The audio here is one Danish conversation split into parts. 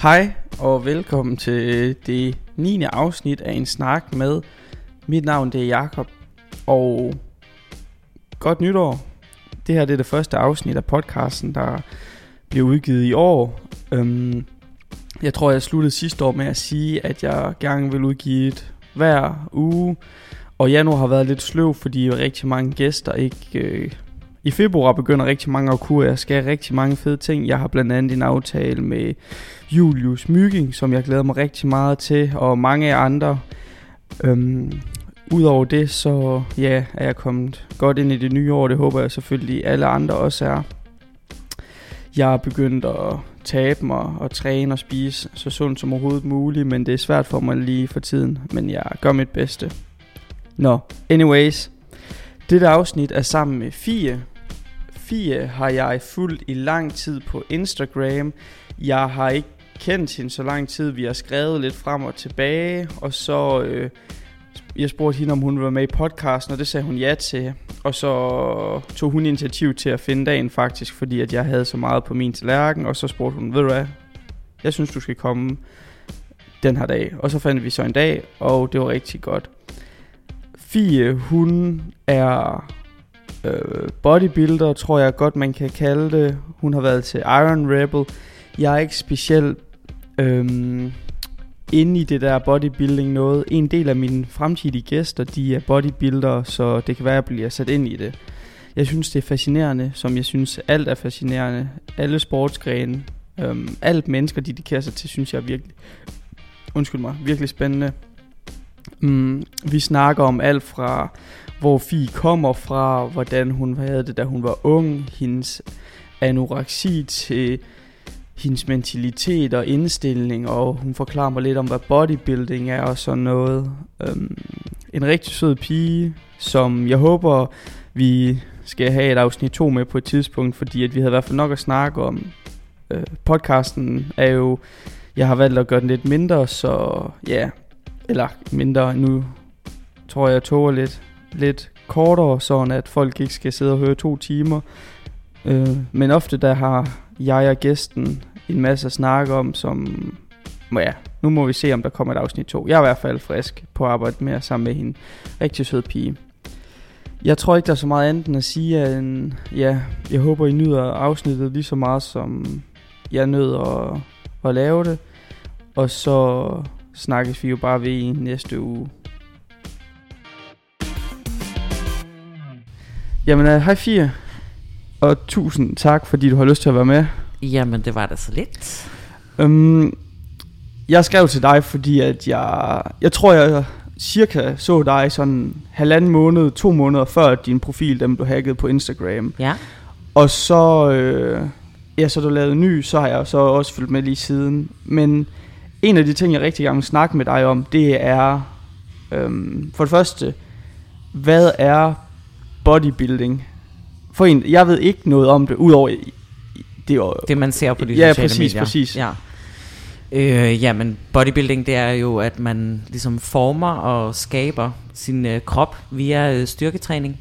Hej og velkommen til det 9. afsnit af en snak med. Mit navn det er Jakob og godt nytår. Det her det er det første afsnit af podcasten, der bliver udgivet i år. Jeg tror jeg sluttede sidste år med at sige, at jeg gerne vil udgive et hver uge. Og januar har været lidt sløv, fordi rigtig mange gæster ikke... I februar begynder rigtig mange at kunne. Jeg skal rigtig mange fede ting. Jeg har blandt andet en aftale med Julius Mygging, som jeg glæder mig rigtig meget til, og mange andre. Udover det, så ja, er jeg kommet godt ind i det nye år. Det håber jeg selvfølgelig alle andre også er. Jeg er begyndt at tabe mig og træne og spise så sundt som overhovedet muligt, men det er svært for mig lige for tiden. Men jeg gør mit bedste. Anyways. Dette afsnit er sammen med Fie. Fie har jeg fulgt i lang tid på Instagram. Jeg har ikke kendt hende så lang tid. Vi har skrevet lidt frem og tilbage. Og så jeg spurgte hende, om hun ville være med i podcasten, og det sagde hun ja til. Og så tog hun initiativ til at finde dagen faktisk, fordi at jeg havde så meget på min tallerken. Og så spurgte hun, ved du hvad, jeg synes du skal komme den her dag. Og så fandt vi så en dag, og det var rigtig godt. Fie, hun er bodybuilder, tror jeg godt man kan kalde det. Hun har været til Iron Rebel. Jeg er ikke specielt inde i det der bodybuilding noget. En del af mine fremtidige gæster, de er bodybuildere, så det kan være, at jeg bliver sat ind i det. Jeg synes, det er fascinerende, som jeg synes, alt er fascinerende. Alle sportsgrene, alt mennesker dedikerer sig til, synes jeg er virkelig spændende. Vi snakker om alt fra hvor Fie kommer fra, hvordan hun havde det da hun var ung, hendes anoreksi til hendes mentalitet og indstilling, og hun forklarer mig lidt om hvad bodybuilding er og sådan noget. En rigtig sød pige, som jeg håber vi skal have et afsnit 2 med på et tidspunkt, fordi at vi havde i hvert fald nok at snakke om. Podcasten er jo, jeg har valgt at gøre den lidt mindre, så ja, eller mindre nu tror jeg toger lidt kortere, sådan at folk ikke skal sidde og høre 2 timer. Men ofte der har jeg og gæsten en masse at snakke om, som ja, nu må vi se om der kommer et afsnit 2. Jeg er i hvert fald frisk på at arbejde med sammen med hende. Rigtig sød pige. Jeg tror ikke der er så meget andet end at sige, end ja, jeg håber I nyder afsnittet lige så meget som jeg nød at lave det. Og så snakkes vi jo bare ved i næste uge. Jamen, hej Fie, og tusind tak, fordi du har lyst til at være med. Jamen, det var da så lidt. Jeg skrev til dig, fordi at jeg tror, jeg cirka så dig sådan 1,5 måned, 2 måneder før din profil, den blev hacket på Instagram. Ja. Og så, så du lavede ny, så har jeg så også fulgt med lige siden. Men en af de ting, jeg rigtig gerne vil snakke med dig om, det er, for det første, hvad er bodybuilding? For en, jeg ved ikke noget om det, udover det man ser på de sociale medier. Ja, præcis. Ja. Men bodybuilding, det er jo, at man ligesom former og skaber sin krop via styrketræning.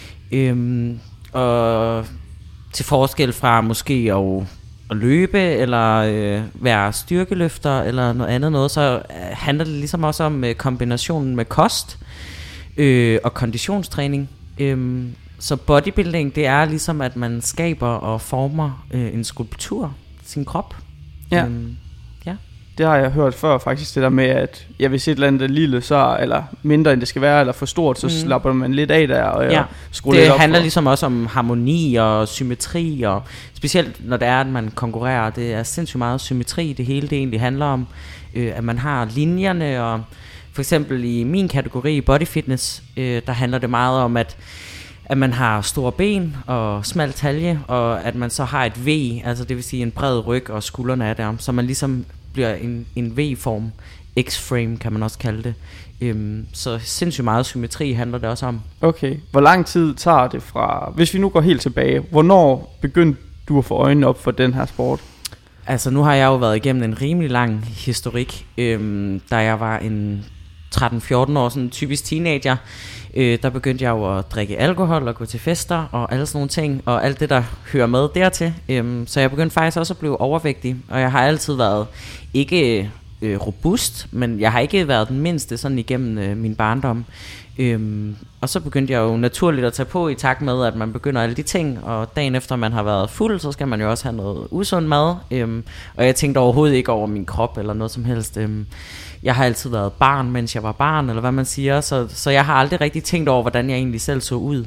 Og til forskel fra måske at løbe eller være styrkeløfter eller noget andet noget, så handler det ligesom også om kombinationen med kost og konditionstræning. Så bodybuilding, det er ligesom at man skaber og former en skulptur, sin krop. Ja. Det har jeg hørt før faktisk, det der med at hvis et eller andet lille så, eller mindre end det skal være, eller for stort, så slapper man lidt af der og skruer lidt op. Det handler ligesom også om harmoni og symmetri, og specielt når det er at man konkurrerer. Det er sindssygt meget symmetri, det hele det egentlig handler om, at man har linjerne. Og for eksempel i min kategori body fitness, der handler det meget om at man har store ben og smal talje, og at man så har et V, altså det vil sige en bred ryg, og skuldrene er der, så man ligesom bliver en V-form, X-frame kan man også kalde det. Så sindssygt meget symmetri handler det også om. Okay, hvor lang tid tager det fra, hvis vi nu går helt tilbage, hvornår begyndte du at få øjnene op for den her sport? Altså nu har jeg jo været igennem en rimelig lang historik. Da jeg var 13-14 år, sådan en typisk teenager, der begyndte jeg jo at drikke alkohol og gå til fester og alle sådan nogle ting, og alt det, der hører med dertil. Så jeg begyndte faktisk også at blive overvægtig, og jeg har altid været ikke robust, men jeg har ikke været den mindste sådan igennem min barndom. Og så begyndte jeg jo naturligt at tage på i takt med, at man begynder alle de ting, og dagen efter man har været fuld, så skal man jo også have noget usund mad. Og jeg tænkte overhovedet ikke over min krop eller noget som helst. Jeg har altid været barn, mens jeg var barn, eller hvad man siger, så jeg har aldrig rigtig tænkt over, hvordan jeg egentlig selv så ud.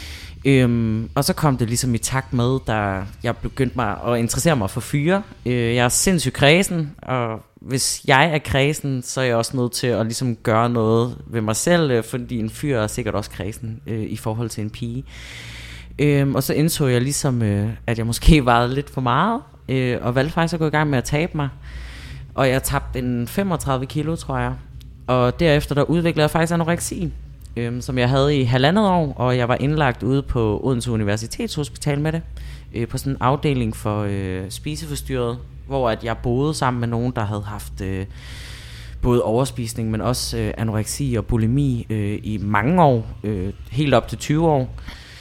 Og så kom det ligesom i takt med, da jeg begyndte mig at interessere mig for fyre. Jeg er sindssygt kræsen, og hvis jeg er kræsen, så er jeg også nødt til at ligesom gøre noget ved mig selv, fordi en fyr er sikkert også kræsen i forhold til en pige. Og så indså jeg ligesom, at jeg måske vejede lidt for meget, og valgte faktisk at gå i gang med at tabe mig. Og jeg tabte en 35 kilo, tror jeg. Og derefter der udviklede jeg faktisk anoreksi, som jeg havde i 1,5 år, og jeg var indlagt ude på Odense Universitetshospital med det, på sådan en afdeling for spiseforstyrret, hvor at jeg boede sammen med nogen, der havde haft både overspisning, men også anoreksi og bulimi i mange år, helt op til 20 år.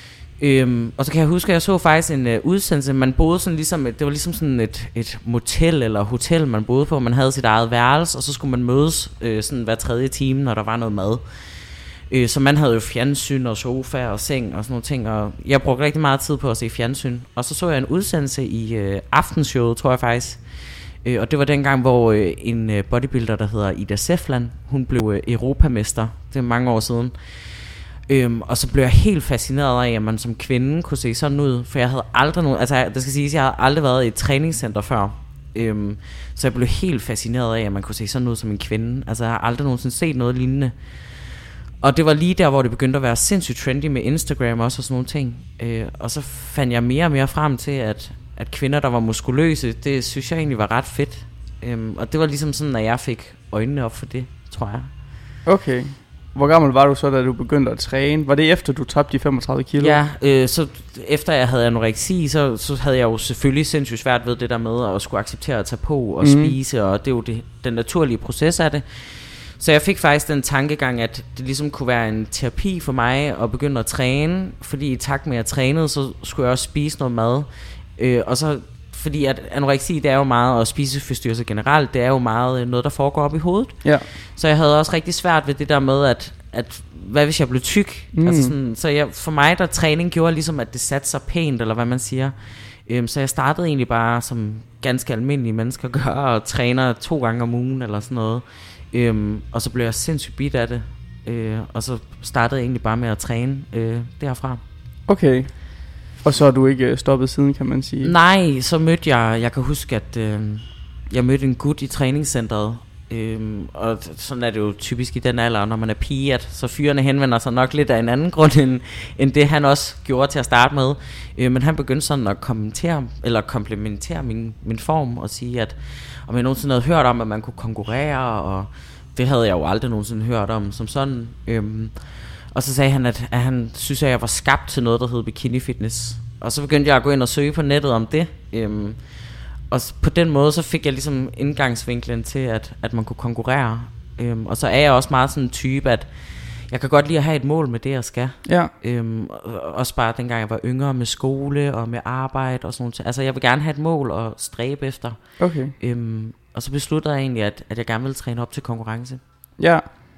Og så kan jeg huske, at jeg så faktisk en udsendelse. Man boede sådan ligesom det var ligesom sådan et motel eller hotel, man boede på. Man havde sit eget værelse, og så skulle man mødes sådan hver 3. time, når der var noget mad. Så man havde jo fjernsyn og sofa og seng og sådan nogle ting, og jeg brugte rigtig meget tid på at se fjernsyn. Og så jeg en udsendelse i Aftenshowet, tror jeg faktisk. Og det var dengang, hvor en bodybuilder, der hedder Ida Sefland, hun blev europamester. Det er mange år siden. Og så blev jeg helt fascineret af, at man som kvinde kunne se sådan ud. For jeg havde aldrig nogen, altså det skal siges, jeg havde aldrig været i et træningscenter før. Så jeg blev helt fascineret af, at man kunne se sådan ud som en kvinde. Altså jeg har aldrig nogensinde set noget lignende. Og det var lige der, hvor det begyndte at være sindssygt trendy med Instagram også og sådan nogle ting. Og så fandt jeg mere og mere frem til, at kvinder, der var muskuløse, det synes jeg egentlig var ret fedt. Og det var ligesom sådan, at jeg fik øjnene op for det, tror jeg. Okay. Hvor gammel var du så, da du begyndte at træne? Var det efter, du tabte de 35 kilo? Ja, så efter jeg havde anoreksi, så havde jeg jo selvfølgelig sindssygt svært ved det der med at skulle acceptere at tage på og spise, og det er jo den naturlige proces af det. Så jeg fik faktisk den tankegang, at det ligesom kunne være en terapi for mig at begynde at træne, fordi i takt med at jeg trænede, så skulle jeg også spise noget mad. Og så fordi at anoreksi, det er jo meget, og spiseforstyrrelse generelt, det er jo meget noget, der foregår op i hovedet. Ja. Så jeg havde også rigtig svært ved det der med, at hvad hvis jeg blev tyk? Altså sådan, så for mig, der træning gjorde ligesom, at det satte sig pænt, eller hvad man siger. Så jeg startede egentlig bare, som ganske almindelige mennesker gør, og træner 2 gange om ugen, eller sådan noget. Og så blev jeg sindssygt bit af det. Og så startede jeg egentlig bare med at træne derfra. Okay. Og så har du ikke stoppet siden, kan man sige? Nej, så mødte jeg kan huske, at jeg mødte en gut i træningscenteret. Og sådan er det jo typisk i den alder, når man er pige, at så fyrene henvender sig nok lidt af en anden grund, end det han også gjorde til at starte med. Men han begyndte sådan at komplementere min form og sige, at om jeg nogensinde havde hørt om, at man kunne konkurrere, og det havde jeg jo aldrig nogensinde hørt om som sådan. Og så sagde han, at han synes, at jeg var skabt til noget, der hed bikini fitness. Og så begyndte jeg at gå ind og søge på nettet om det. Og på den måde, så fik jeg ligesom indgangsvinklen til, at man kunne konkurrere. Og så er jeg også meget sådan en type, at jeg kan godt lide at have et mål med det, jeg skal. Ja. Også bare dengang jeg var yngre med skole og med arbejde og sådan noget. Altså jeg vil gerne have et mål og stræbe efter. Okay. Og så besluttede jeg egentlig, at jeg gerne ville træne op til konkurrence. Ja.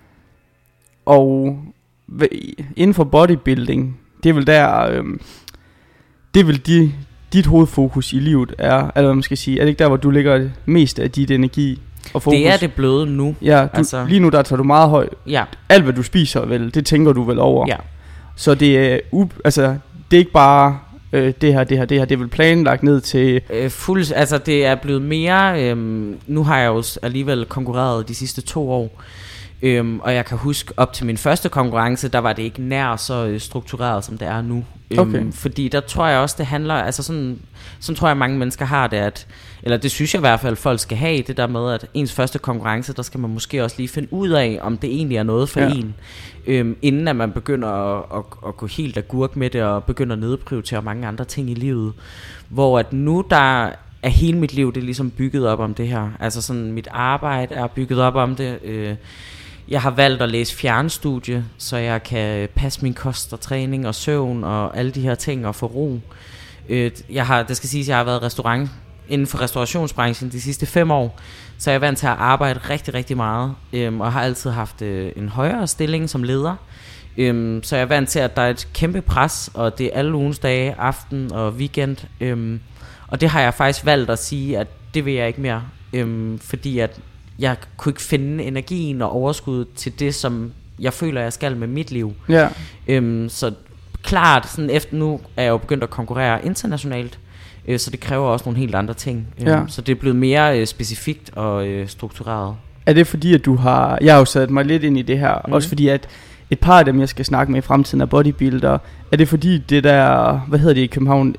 Og inden for bodybuilding, det er vel der, det er vel dit hovedfokus i livet er, eller hvad man skal sige, er det ikke der, hvor du lægger mest af dit energi og fokus? Det er det blevet nu. Ja, altså. Lige nu der tager du meget højt. Ja. Alt hvad du spiser vel, det tænker du vel over. Ja. Så det er det er ikke bare det her, det er vel planlagt ned til altså det er blevet mere. Nu har jeg jo alligevel konkurreret de sidste 2 år. Og jeg kan huske op til min første konkurrence, der var det ikke nær så struktureret som det er nu. Okay. Fordi der tror jeg også det handler, altså sådan tror jeg mange mennesker har det, eller det synes jeg i hvert fald folk skal have, det der med at ens første konkurrence, der skal man måske også lige finde ud af, om det egentlig er noget for en, inden at man begynder at gå helt agurk med det og begynder at nedprioritere mange andre ting i livet. Hvor at nu der er hele mit liv, det er ligesom bygget op om det her. Altså sådan mit arbejde er bygget op om det. Jeg har valgt at læse fjernstudie, så jeg kan passe min kost og træning og søvn og alle de her ting og få ro. Det skal siges, at jeg har været inden for restaurationsbranchen de sidste 5 år, så jeg er vant til at arbejde rigtig, rigtig meget, og har altid haft en højere stilling som leder. Så jeg er vant til, at der er et kæmpe pres, og det er alle ugens dage, aften og weekend. Og det har jeg faktisk valgt at sige, at det vil jeg ikke mere, fordi at jeg kunne ikke finde energien og overskud til det, som jeg føler, jeg skal med mit liv. Ja. Så klart, sådan efter nu er jeg jo begyndt at konkurrere internationalt, så det kræver også nogle helt andre ting. Så det er blevet mere specifikt og struktureret. Er det fordi, at jeg har jo sat mig lidt ind i det her, også fordi at et par af dem, jeg skal snakke med i fremtiden, er bodybuilder. Er det fordi det der, hvad hedder det i København,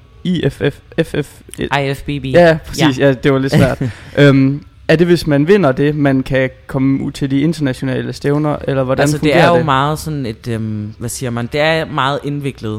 IFBB. Ja, præcis, ja det var lidt svært. Er det, hvis man vinder det, man kan komme ud til de internationale stævner, eller hvordan fungerer det? Altså det er jo meget sådan et, hvad siger man, det er meget indviklet,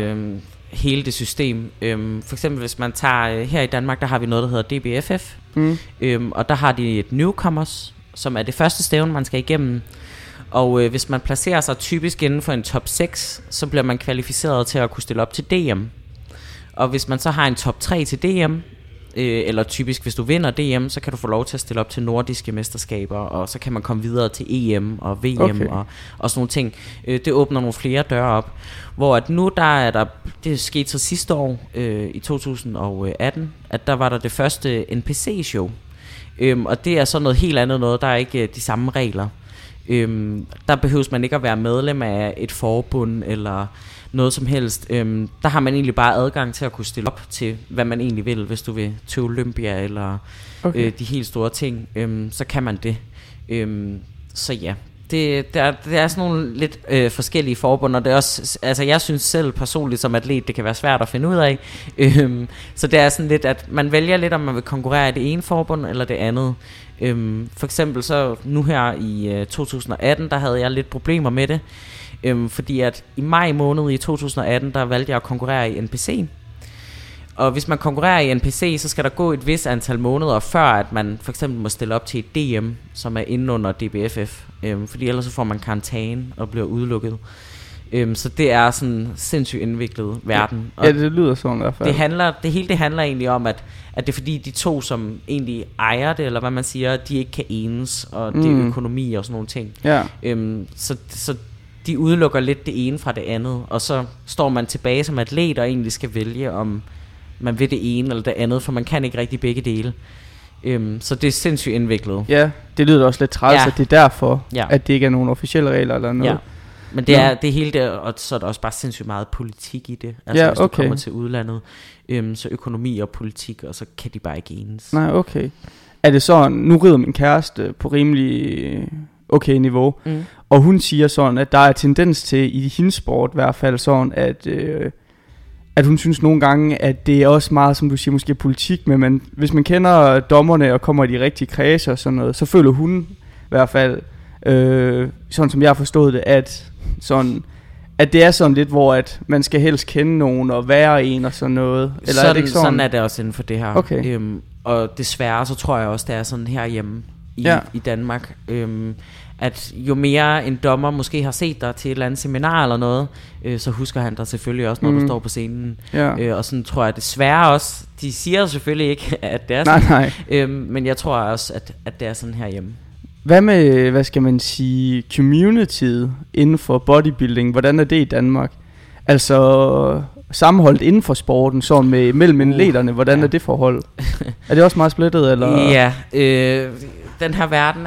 hele det system. For eksempel hvis man tager, her i Danmark, der har vi noget, der hedder DBFF, og der har de et newcomers, som er det første stævne, man skal igennem. Og hvis man placerer sig typisk inden for en top 6, så bliver man kvalificeret til at kunne stille op til DM. Og hvis man så har en top 3 til DM, eller typisk hvis du vinder DM, så kan du få lov til at stille op til nordiske mesterskaber, og så kan man komme videre til EM og VM og sådan nogle ting. Det åbner nogle flere døre op. Hvor at nu det skete så sidste år, i 2018, at der var der det første NPC-show. Og det er så noget helt andet noget, der er ikke de samme regler. Der behøves man ikke at være medlem af et forbund eller noget som helst. Der har man egentlig bare adgang til at kunne stille op til, hvad man egentlig vil, hvis du vil til Olympia eller de helt store ting, så kan man det. Så ja, det er sådan nogle lidt forskellige forbund, og det er også, altså jeg synes selv personligt som atlet, det kan være svært at finde ud af. Så det er sådan lidt, at man vælger lidt, om man vil konkurrere i det ene forbund eller det andet. For eksempel så nu her i 2018, der havde jeg lidt problemer med det, fordi at i maj måned i 2018, der valgte jeg at konkurrere i NPC. Og hvis man konkurrerer i NPC, så skal der gå et vis antal måneder før, at man for eksempel må stille op til et DM, som er inde under DBFF, fordi ellers så får man karantæne og bliver udelukket. Så det er sådan en sindssygt indviklet verden. Ja, det lyder sådan i hvert fald. Det hele handler egentlig om, at det er fordi de to, som egentlig ejer det, eller hvad man siger, de ikke kan enes, og det er økonomi og sådan nogle ting. Ja. Så de udelukker lidt det ene fra det andet, og så står man tilbage som atlet og egentlig skal vælge, om man vil det ene eller det andet, for man kan ikke rigtig begge dele. Så det er sindssygt indviklet. Ja, det lyder også lidt træls, at det er derfor, at det ikke er nogen officielle regler eller noget. Ja. Men det er hele det, og så er der også bare sindssygt meget politik i det. Altså hvis du kommer til udlandet, så økonomi og politik, og så kan de bare ikke enes. Nej, okay. Er det sådan, nu rider min kæreste på rimelig okay niveau, og hun siger sådan, at der er tendens til, i hendes sport i hvert fald sådan, at hun synes nogle gange, at det er også meget, som du siger, måske politik, men hvis man kender dommerne og kommer i de rigtige kredse og sådan noget, så føler hun i hvert fald, sådan som jeg har forstået det, at det er sådan lidt, hvor at man skal helst kende nogen og være en og sådan noget. Eller sådan, er det ikke sådan? Sådan er det også inden for det her. Okay. Og desværre så tror jeg også, det er sådan herhjemme i Danmark, at jo mere en dommer måske har set dig til et eller andet seminar eller noget, så husker han dig selvfølgelig også, når du står på scenen. Og sådan tror jeg desværre også, de siger selvfølgelig ikke, at det er sådan, nej. Men jeg tror også, at det er sådan herhjemme. Hvad med, hvad skal man sige, communityet inden for bodybuilding? Hvordan er det i Danmark? Altså sammenholdt inden for sporten, sådan med mellem atleterne, hvordan er det forhold? Er det også meget splittet, eller? Ja, den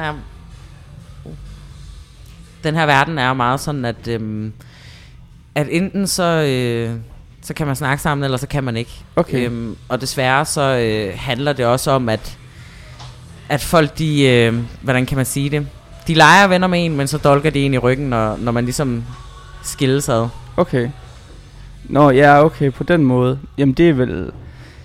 her verden er meget sådan, at enten så kan man snakke sammen, eller så kan man ikke. Okay. Og desværre så handler det også om, at folk de, hvordan kan man sige det, de leger venner med en, men så dolker de en i ryggen, når man ligesom skilles ad. Okay. Nå ja, okay, på den måde. Jamen det er vel,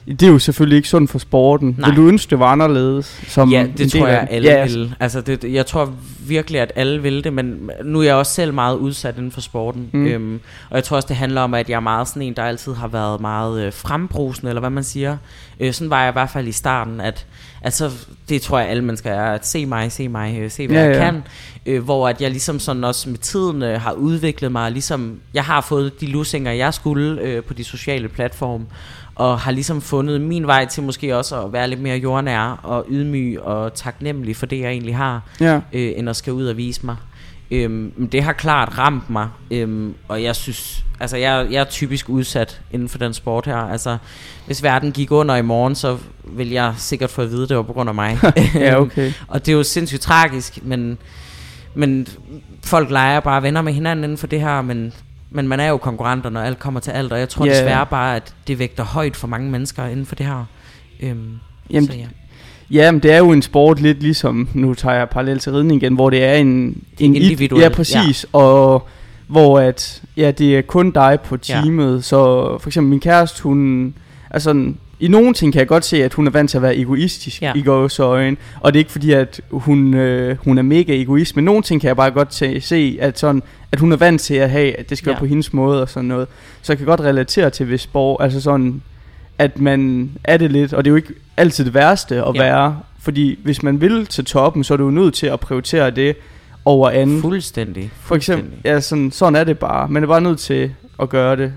Det er jo selvfølgelig ikke sundt for sporten. Nej. Vil du ønske, det var anderledes? Som ja, det tror jeg alle ja, vil. Altså jeg tror virkelig, at alle vil det, men nu er jeg også selv meget udsat inden for sporten. Og jeg tror også, det handler om, at jeg er meget sådan en, der altid har været meget frembrusende, eller hvad man siger. Sådan var jeg i hvert fald i starten, at altså, det tror jeg alle mennesker er, at se mig, se hvad jeg kan. Hvor at jeg ligesom sådan også med tiden har udviklet mig, ligesom jeg har fået de lussinger, jeg skulle på de sociale platforme, og har ligesom fundet min vej til måske også at være lidt mere jordnær og ydmyg og taknemmelig for det, jeg egentlig har, end at skal ud og vise mig. Det har klart ramt mig, og jeg synes, altså jeg er typisk udsat inden for den sport her. Altså, hvis verden gik under i morgen, så vil jeg sikkert få at vide, det var på grund af mig. Ja, okay. Og det er jo sindssygt tragisk, men folk leger bare venner med hinanden inden for det her, men man er jo konkurrenter, når alt kommer til alt, og jeg tror desværre bare, at det vægter højt for mange mennesker inden for det her. Jamen, jamen, det er jo en sport lidt ligesom, nu tager jeg parallel til ridning igen, hvor det er en individuel. Ja, præcis, og hvor at, det er kun dig på teamet, så for eksempel min kæreste, hun er sådan, i nogle ting kan jeg godt se, at hun er vant til at være egoistisk i gåseøjne, og det er ikke fordi, at hun er mega egoist, men nogle ting kan jeg bare godt se, at sådan, at hun er vant til at have, at det skal være på hendes måde og sådan noget, så jeg kan godt relatere til, hvis sport, altså sådan, at man er det lidt, og det er jo ikke altid det værste at være, fordi hvis man vil til toppen, så er du jo nødt til at prioritere det over andet. Fuldstændig. For eksempel, sådan er det bare. Man er bare nødt til at gøre det.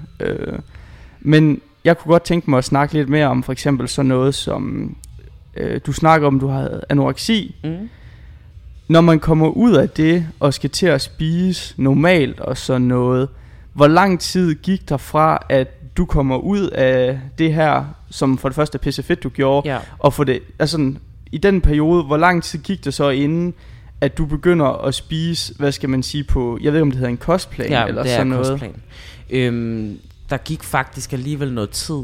Men jeg kunne godt tænke mig at snakke lidt mere om for eksempel sådan noget som, du snakker om, du har anoreksi. Når man kommer ud af det og skal til at spise normalt og sådan noget, hvor lang tid gik der fra, at du kommer ud af det her, som for det første er pisse fedt, du gjorde, og for det, altså i den periode, hvor lang tid gik det så inden, at du begynder at spise, hvad skal man sige på, jeg ved ikke om det hedder en kostplan eller sådan noget. Kostplan. Der gik faktisk alligevel noget tid.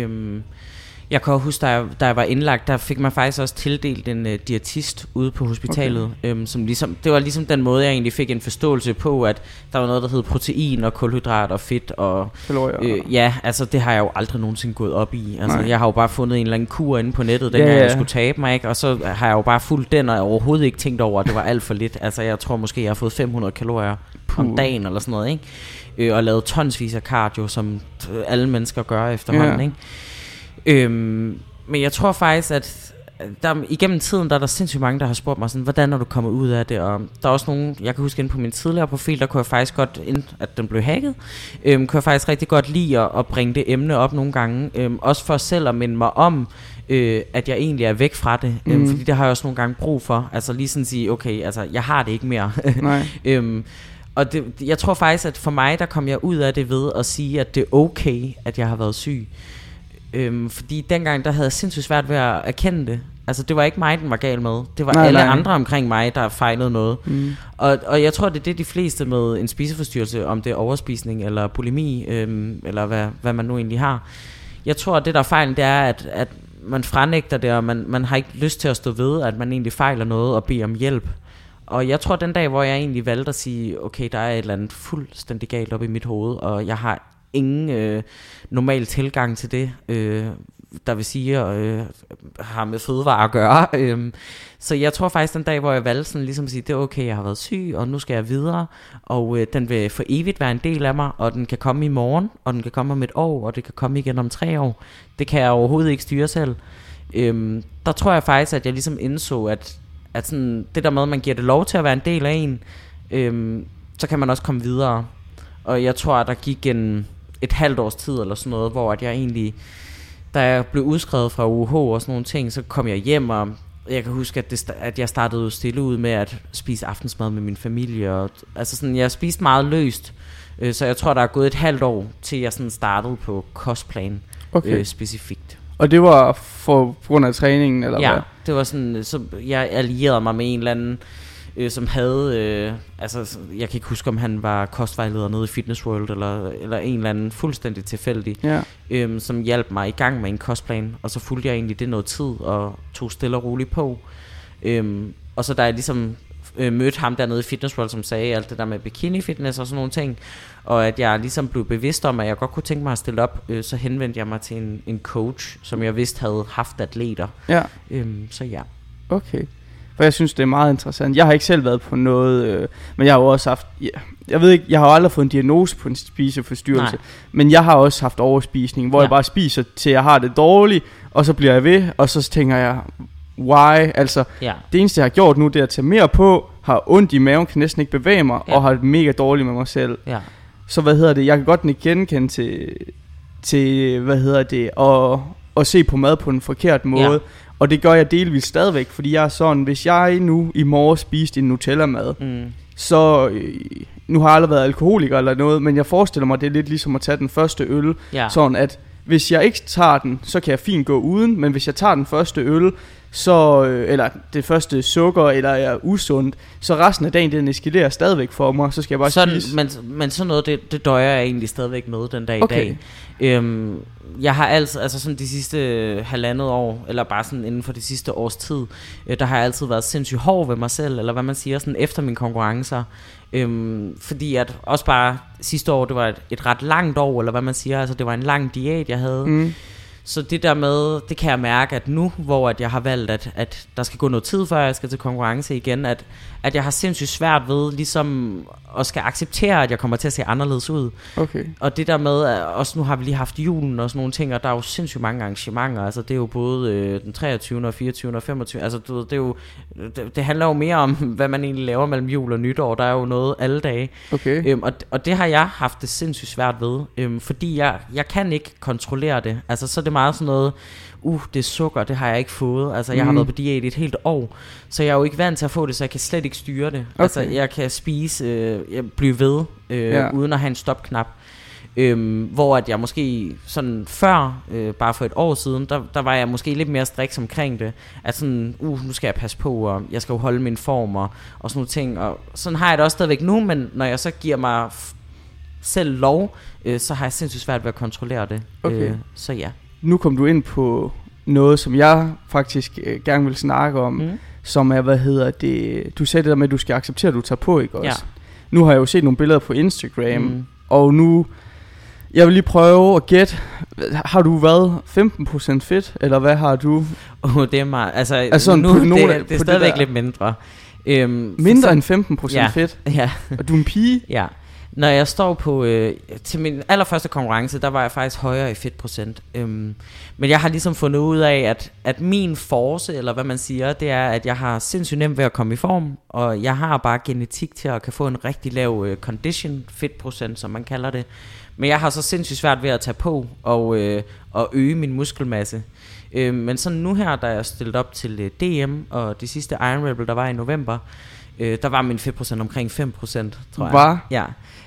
Jeg kan huske, da jeg var indlagt, der fik man faktisk også tildelt en diætist ude på hospitalet, som ligesom, det var ligesom den måde, jeg egentlig fik en forståelse på, at der var noget, der hed protein og kulhydrat og fedt og kalorier. altså det har jeg jo aldrig nogensinde gået op i. Altså jeg har jo bare fundet en eller anden kur inde på nettet, dengang jeg skulle tabe mig, ikke? Og så har jeg jo bare fulgt den, og jeg overhovedet ikke tænkt over, at det var alt for lidt. Altså jeg tror måske, jeg har fået 500 kalorier om dagen eller sådan noget, ikke? Og lavet tonsvis af cardio, som alle mennesker gør efterhånden, ikke? Men jeg tror faktisk, at der, igennem tiden, der er der sindssygt mange, der har spurgt mig sådan, hvordan er du kommet ud af det? Og der er også nogen, jeg kan huske inde på min tidligere profil, der kunne jeg faktisk godt, at den blev hacket, kunne jeg faktisk rigtig godt lide at bringe det emne op nogle gange, også for selv at minde mig om, at jeg egentlig er væk fra det, fordi det har jeg også nogle gange brug for, altså lige sådan at sige, okay, altså jeg har det ikke mere. Og jeg tror faktisk, at for mig, der kom jeg ud af det ved at sige, at det er okay, at jeg har været syg. Fordi dengang der havde jeg sindssygt svært ved at erkende det. Altså det var ikke mig, den var gal med. Det var alle andre omkring mig, der fejlede noget. Og jeg tror, det er det de fleste med en spiseforstyrrelse, om det er overspisning eller bulimi, eller hvad man nu egentlig har. Jeg tror, at det der er fejlen, det er, at man franægter det, og man har ikke lyst til at stå ved, at man egentlig fejler noget og bede om hjælp. Og jeg tror, den dag, hvor jeg egentlig valgte at sige, okay, der er et eller andet fuldstændig galt op i mit hoved, og jeg har ingen normal tilgang til det, der vil sige har med fødevarer at gøre. Så jeg tror faktisk den dag, hvor jeg valgte sådan, ligesom at sige, det er okay, jeg har været syg, og nu skal jeg videre, og den vil for evigt være en del af mig, og den kan komme i morgen, og den kan komme om et år, og det kan komme igen om 3 år. Det kan jeg overhovedet ikke styre selv. Der tror jeg faktisk, at jeg ligesom indså, at sådan, det der med, at man giver det lov til at være en del af en, så kan man også komme videre. Og jeg tror, at der gik et halvt års tid eller sådan noget, hvor at jeg egentlig, da jeg blev udskrevet fra UH og sådan nogle ting, så kom jeg hjem, og jeg kan huske, at jeg startede stille ud med at spise aftensmad med min familie. Og, altså sådan, jeg spiste meget løst, så jeg tror, der er gået et halvt år, til jeg sådan startede på kostplan specifikt. Og det var på grund af træningen, eller hvad? Ja, det var sådan, så jeg allierede mig med en eller anden, som havde, altså jeg kan ikke huske, om han var kostvejleder nede i Fitness World, eller en eller anden fuldstændig tilfældig, som hjalp mig i gang med en kostplan, og så fulgte jeg egentlig det noget tid, og tog stille og roligt på. Og så da jeg ligesom mødte ham dernede i Fitness World, som sagde alt det der med bikini fitness og sådan nogle ting, og at jeg ligesom blev bevidst om, at jeg godt kunne tænke mig at stille op, så henvendte jeg mig til en coach, som jeg vidste havde haft atleter. Ja. Så ja. Okay. For jeg synes, det er meget interessant. Jeg har ikke selv været på noget, men jeg har jo også haft, jeg ved ikke, jeg har jo aldrig fået en diagnose på en spiseforstyrrelse, men jeg har også haft overspisning, hvor jeg bare spiser til jeg har det dårligt, og så bliver jeg ved, og så tænker jeg, why? Altså, det eneste jeg har gjort nu, det er at tage mere på, har ondt i maven, kan næsten ikke bevæge mig, og har det mega dårligt med mig selv. Ja. Så jeg kan godt genkende til at se på mad på en forkert måde. Ja. Og det gør jeg delvis stadigvæk, fordi jeg er sådan, hvis jeg nu i morgen spiste en Nutella-mad, så nu har jeg aldrig været alkoholiker eller noget, men jeg forestiller mig, det er lidt ligesom at tage den første øl, sådan at hvis jeg ikke tager den, så kan jeg fint gå uden, men hvis jeg tager den første øl, så, eller det første sukker, eller er usundt, så resten af dagen, den eskalerer stadigvæk for mig, så skal jeg bare spise. Men sådan noget, det døjer jeg egentlig stadigvæk med den dag i dag. Jeg har altså sådan de sidste halvandet år, eller bare sådan inden for de sidste års tid, der har jeg altid været sindssygt hård ved mig selv, eller hvad man siger, sådan efter mine konkurrencer. Fordi at også bare sidste år, det var et ret langt år, eller hvad man siger, altså det var en lang diæt, jeg havde. Så det der med, det kan jeg mærke, at nu, hvor at jeg har valgt, at der skal gå noget tid, før jeg skal til konkurrence igen, at jeg har sindssygt svært ved ligesom at skal acceptere, at jeg kommer til at se anderledes ud. Okay. Og det der med, at også nu har vi lige haft julen og sådan nogle ting, og der er jo sindssygt mange arrangementer, altså det er jo både den 23. og 24. og 25. Altså du ved, det er jo, det handler jo mere om, hvad man egentlig laver mellem jul og nytår. Der er jo noget alle dage. Okay. Og det har jeg haft det sindssygt svært ved, fordi jeg kan ikke kontrollere det. Altså så er det meget sådan noget, det er sukker, det har jeg ikke fået. Altså jeg har været på diæt i et helt år, så jeg er jo ikke vant til at få det, så jeg kan slet ikke styre det. Okay. Altså jeg kan spise, jeg bliver ved, uden at have en stopknap. Hvor at jeg måske sådan før, bare for et år siden, der var jeg måske lidt mere striks omkring det. At sådan, nu skal jeg passe på, og jeg skal jo holde min form og sådan nogle ting. Og sådan har jeg det også stadigvæk nu, men når jeg så giver mig selv lov, så har jeg sindssygt svært ved at kontrollere det. Okay. Så ja. Nu kom du ind på noget, som jeg faktisk gerne vil snakke om, som er, du sagde det der med, at du skal acceptere, at du tager på, ikke også? Ja. Nu har jeg jo set nogle billeder på Instagram, og nu, jeg vil lige prøve at gætte, har du været 15% fedt, eller hvad har du? Det er meget, altså nu, det er stadigvæk lidt mindre. Mindre end 15% fedt? Ja. Og du er en pige? Ja. Når jeg står på til min allerførste konkurrence, der var jeg faktisk højere i fedtprocent. Men jeg har ligesom fundet ud af, at min force, eller hvad man siger, det er, at jeg har sindssygt nemt ved at komme i form, og jeg har bare genetik til at kan få en rigtig lav condition fedtprocent, som man kalder det. Men jeg har så sindssygt svært ved at tage på og øge min muskelmasse. Men sådan nu her, da jeg stillet op til DM og det sidste Iron Rebel, der var i november, der var min fedtprocent omkring 5%, tror jeg. Hvad? Ja.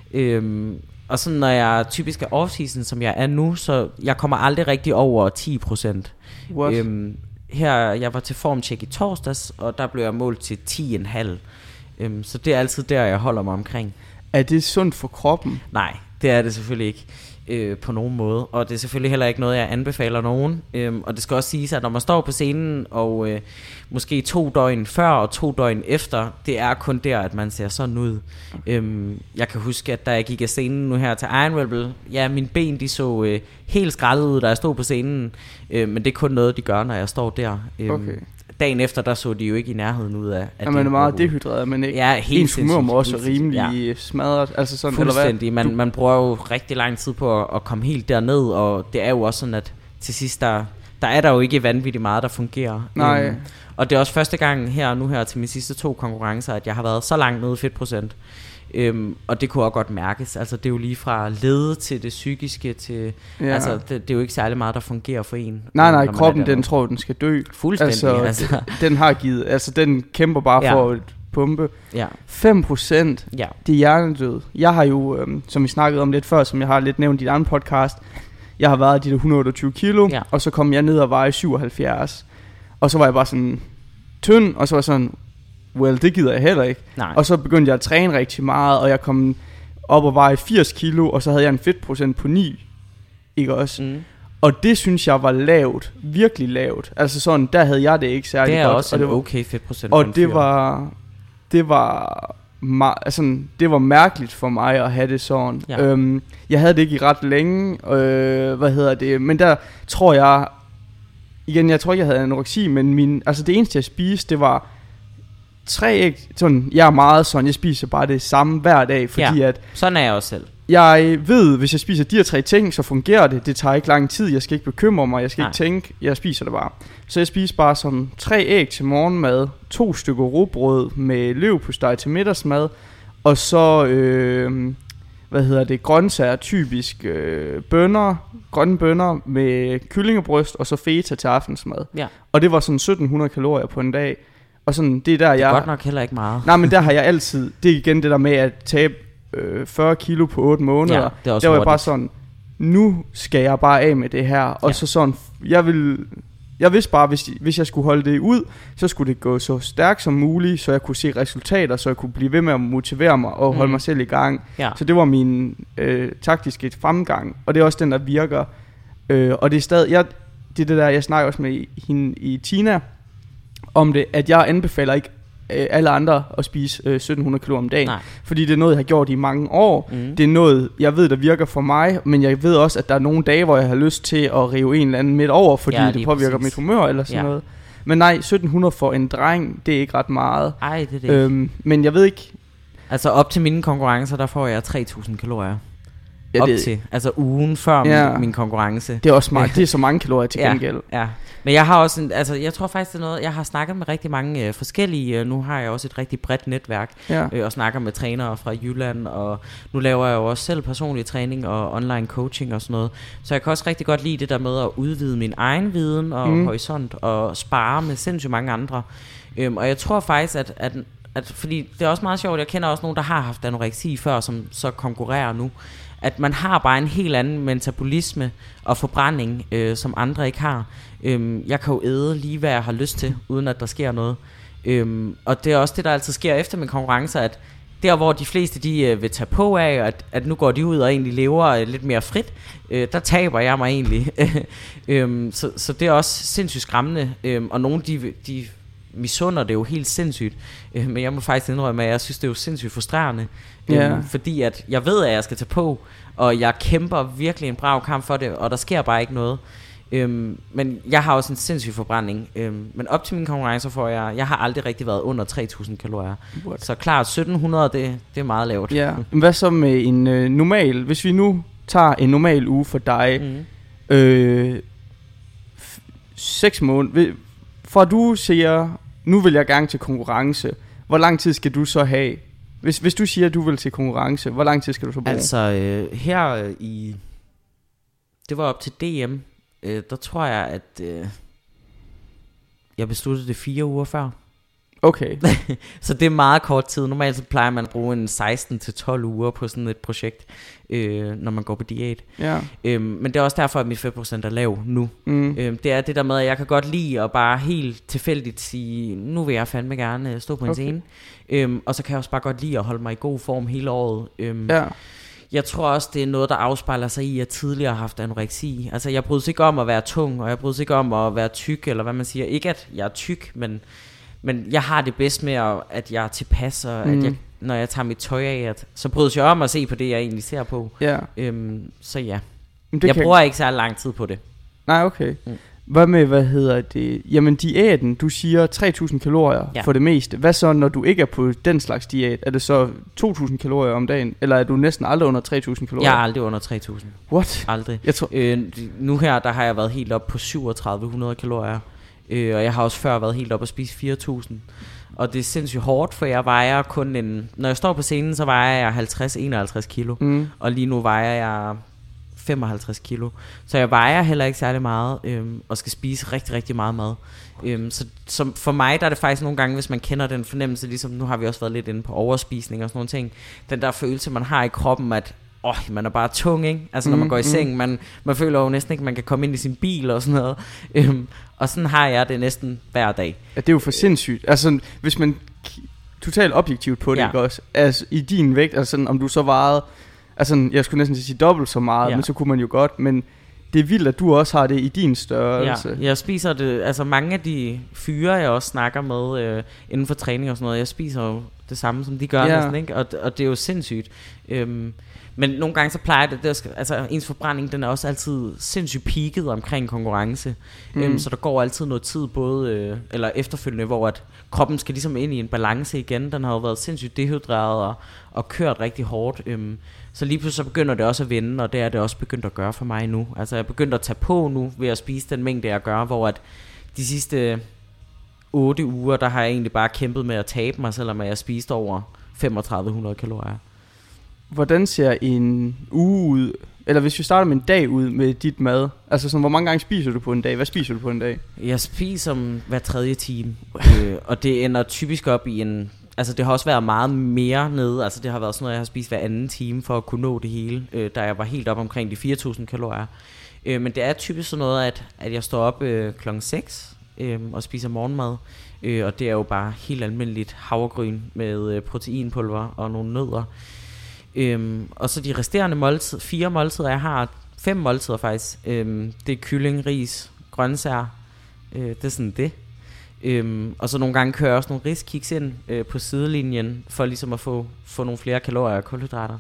Og sådan når jeg typisk er off-season, som jeg er nu, så jeg kommer aldrig rigtig over 10%. What? Her, jeg var til formtjek i torsdags, og der blev jeg målt til 10,5. Så det er altid der, jeg holder mig omkring. Er det sundt for kroppen? Nej, det er det selvfølgelig ikke. På nogen måde. Og det er selvfølgelig heller ikke noget, jeg anbefaler nogen. Og det skal også siges, at når man står på scenen, og måske 2 døgn før og 2 døgn efter, det er kun der, at man ser sådan ud. Jeg kan huske, at da jeg gik af scenen nu her til Iron Rebel, ja, mine ben de så helt skrællet ud, da jeg stod på scenen. Men det er kun noget, de gør, når jeg står der. Okay. Dagen efter, der så de jo ikke i nærheden ud af at man er meget dehydreret, men ikke. Ja, helt ens humør må også rimelig smadret, altså sådan, fuldstændig. Eller hvad? Man bruger jo rigtig lang tid på at komme helt derned, og det er jo også sådan, at til sidst der er der jo ikke vanvittigt meget, der fungerer. Nej. Og det er også første gang her til mine sidste 2 konkurrencer, at jeg har været så langt nede i fedtprocent. Og det kunne også godt mærkes. Altså det er jo lige fra lede til det psykiske til, altså det er jo ikke særlig meget, der fungerer for en. Nej, kroppen den tror den skal dø. Fuldstændig. Altså. Den har givet, altså den kæmper bare for at pumpe. 5%, det er hjernedød. Jeg har jo, som vi snakkede om lidt før, som jeg har lidt nævnt i dit andet podcast, jeg har været de der 128 kilo, og så kom jeg ned og veje 77. Og så var jeg bare sådan tynd, og så var jeg sådan, det gider jeg heller ikke. Nej. Og så begyndte jeg at træne rigtig meget, og jeg kom op og veje 80 kilo, og så havde jeg en fedtprocent på 9. Ikke også? Og det synes jeg var lavt, virkelig lavt. Altså sådan, der havde jeg det ikke særlig godt. Det er også en okay fedtprocent. Og det var, det var det var mærkeligt for mig at have det sådan. Ja. Jeg havde det ikke i ret længe. Men der tror jeg igen, jeg tror ikke jeg havde anoreksi, men det eneste jeg spiste, det var 3 æg. Sådan, jeg er meget sådan, jeg spiser bare det samme hver dag, fordi at sådan er jeg også selv. Jeg ved, hvis jeg spiser de her 3 ting, så fungerer det. Det tager ikke lang tid, jeg skal ikke bekymre mig, jeg skal ikke tænke, jeg spiser det bare. Så jeg spiser bare sådan 3 æg til morgenmad, 2 stykker rugbrød med leverpostej til middagsmad, og så grøntsager, typisk grønne bønner med kyllingebryst, og så feta til aftensmad. Ja. Og det var sådan 1700 kalorier på en dag. Og sådan, det er der det er godt nok heller ikke meget. Nej, men der har jeg altid, det er igen det der med at tabe 40 kilo på 8 måneder. Ja, det er også der var jeg bare sådan, nu skal jeg bare af med det her. Og så sådan, jeg vidste bare, hvis jeg skulle holde det ud, så skulle det gå så stærkt som muligt, så jeg kunne se resultater, så jeg kunne blive ved med at motivere mig og holde mig selv i gang. Ja. Så det var min taktiske fremgang, og det er også den, der virker. Og det er stadig, det der, jeg snakker også med hende i Tina om det, at jeg anbefaler ikke alle andre at spise 1700 kalorier om dagen. Nej. Fordi det er noget, jeg har gjort i mange år. Det er noget, jeg ved, der virker for mig, men jeg ved også, at der er nogle dage, hvor jeg har lyst til at rive en eller anden midt over, fordi det påvirker mit humør eller sådan noget. Men nej, 1700 for en dreng, det er ikke ret meget. Ej, det er det ikke. Men jeg ved ikke. Altså op til mine konkurrencer, der får jeg 3000 kalorier. Op til, altså ugen før min konkurrence. Det er også smart. Det er så mange kalorier til gengæld. Ja. Men jeg har også jeg tror faktisk det er noget. Jeg har snakket med rigtig mange forskellige. Nu har jeg også et rigtig bredt netværk og snakker med trænere fra Jylland, og nu laver jeg jo også selv personlig træning og online coaching og sådan noget. Så jeg kan også rigtig godt lide det der med at udvide min egen viden og horisont og spare med sindssygt mange andre. Og jeg tror faktisk at fordi det er også meget sjovt. Jeg kender også nogen, der har haft anoreksi før, som så konkurrerer nu. At man har bare en helt anden metabolisme og forbrænding, som andre ikke har. Jeg kan jo æde lige, hvad jeg har lyst til, uden at der sker noget. Og det er også det, der altid sker efter min konkurrence, at der, hvor de fleste de vil tage på af, at nu går de ud og egentlig lever lidt mere frit, der taber jeg mig egentlig. Så det er også sindssygt skræmmende. Og nogle, de misunder det jo helt sindssygt. Men jeg må faktisk indrømme, at jeg synes, det er jo sindssygt frustrerende. Fordi at jeg ved, at jeg skal tage på, og jeg kæmper virkelig en brav kamp for det, og der sker bare ikke noget. Men jeg har også en sindssyg forbrænding. Men op til min konkurrence får jeg har aldrig rigtig været under 3000 kalorier. What? Så klart 1700, det er meget lavt. Ja. Hvad så med en normal, hvis vi nu tager en normal uge for dig, 6 måneder, for du siger, nu vil jeg gerne til konkurrence, hvor lang tid skal du så have? Hvis du siger, at du vil til konkurrence, hvor lang tid skal du så bruge? Altså det var op til DM, der tror jeg, at jeg besluttede det 4 uger før. Okay. Så det er meget kort tid. Normalt så plejer man at bruge en 16-12 uger på sådan et projekt, når man går på diæt. Men det er også derfor, at mit fedtprocent er lav nu. Det er det der med, at jeg kan godt lide at bare helt tilfældigt sige, nu vil jeg fandme gerne stå på en scene. Og så kan jeg også bare godt lide at holde mig i god form hele året. Jeg tror også, det er noget, der afspejler sig i, at jeg tidligere har haft anoreksi. Altså, jeg bryder sig ikke om at være tung, og jeg bryder sig ikke om at være tyk, eller hvad man siger. Ikke, at jeg er tyk, men jeg har det bedst med, at jeg er tilpas, og at jeg, når jeg tager mit tøj af, så bryder jeg om at se på det, jeg egentlig ser på. Så ja. Jeg bruger ikke så lang tid på det. Nej, okay. Hvad med, jamen diæten, du siger 3000 kalorier for det meste. Hvad så, når du ikke er på den slags diæt? Er det så 2000 kalorier om dagen? Eller er du næsten aldrig under 3000 kalorier? Jeg er aldrig under 3000. What? Aldrig. Nu her, der har jeg været helt op på 3700 kalorier. Og jeg har også før været helt op og spise 4000. Og det er sindssygt hårdt, for jeg vejer kun når jeg står på scenen, så vejer jeg 50-51 kilo. Og lige nu vejer jeg 55 kilo. Så jeg vejer heller ikke særlig meget, og skal spise rigtig, rigtig meget mad. Så for mig, der er det faktisk nogle gange, hvis man kender den fornemmelse, ligesom nu har vi også været lidt inde på overspisning og sådan nogle ting. Den der følelse, man har i kroppen, at man er bare tung, ikke? Altså når man går i seng, man føler jo næsten ikke, man kan komme ind i sin bil og sådan noget. Og sådan har jeg det næsten hver dag. Ja, det er jo for sindssygt. Altså hvis man totalt objektivt på det, ikke også? Altså i din vægt, altså sådan, om du så vejede, altså jeg skulle næsten sige dobbelt så meget, men så kunne man jo godt, men det er vildt, at du også har det i din størrelse. Ja, jeg spiser det, altså mange af de fyre, jeg også snakker med inden for træning og sådan noget, jeg spiser jo det samme, som de gør næsten, ikke? Og det er jo sindssygt. Men nogle gange så plejer det altså ens forbrænding, den er også altid sindssygt peaket omkring konkurrence. Så der går altid noget tid, både eller efterfølgende, hvor at kroppen skal ligesom ind i en balance igen. Den har jo været sindssygt dehydreret og kørt rigtig hårdt. Så lige pludselig så begynder det også at vende, og det er det også begyndt at gøre for mig nu. Altså jeg er begyndt at tage på nu ved at spise den mængde jeg gør, hvor at de sidste 8 uger, der har jeg egentlig bare kæmpet med at tabe mig, selvom jeg spiste over 3500 kalorier. Hvordan ser en uge ud, eller hvis vi starter med en dag ud med dit mad, altså sådan, hvor mange gange spiser du på en dag? Hvad spiser du på en dag? Jeg spiser hver 3. time, og det ender typisk op i en, altså det har også været meget mere nede, altså det har været sådan noget, jeg har spist hver 2. time for at kunne nå det hele, da jeg var helt op omkring de 4000 kalorier. Men det er typisk sådan noget, at jeg står op klokken 6 og spiser morgenmad, og det er jo bare helt almindeligt havregryn med proteinpulver og nogle nødder. Og så de resterende 4 måltider, jeg har 5 måltider faktisk, det er kylling, ris, grøntsager, det er sådan det. Og så nogle gange kører jeg også nogle riskiks ind på sidelinjen, for ligesom at få nogle flere kalorier og kulhydrater.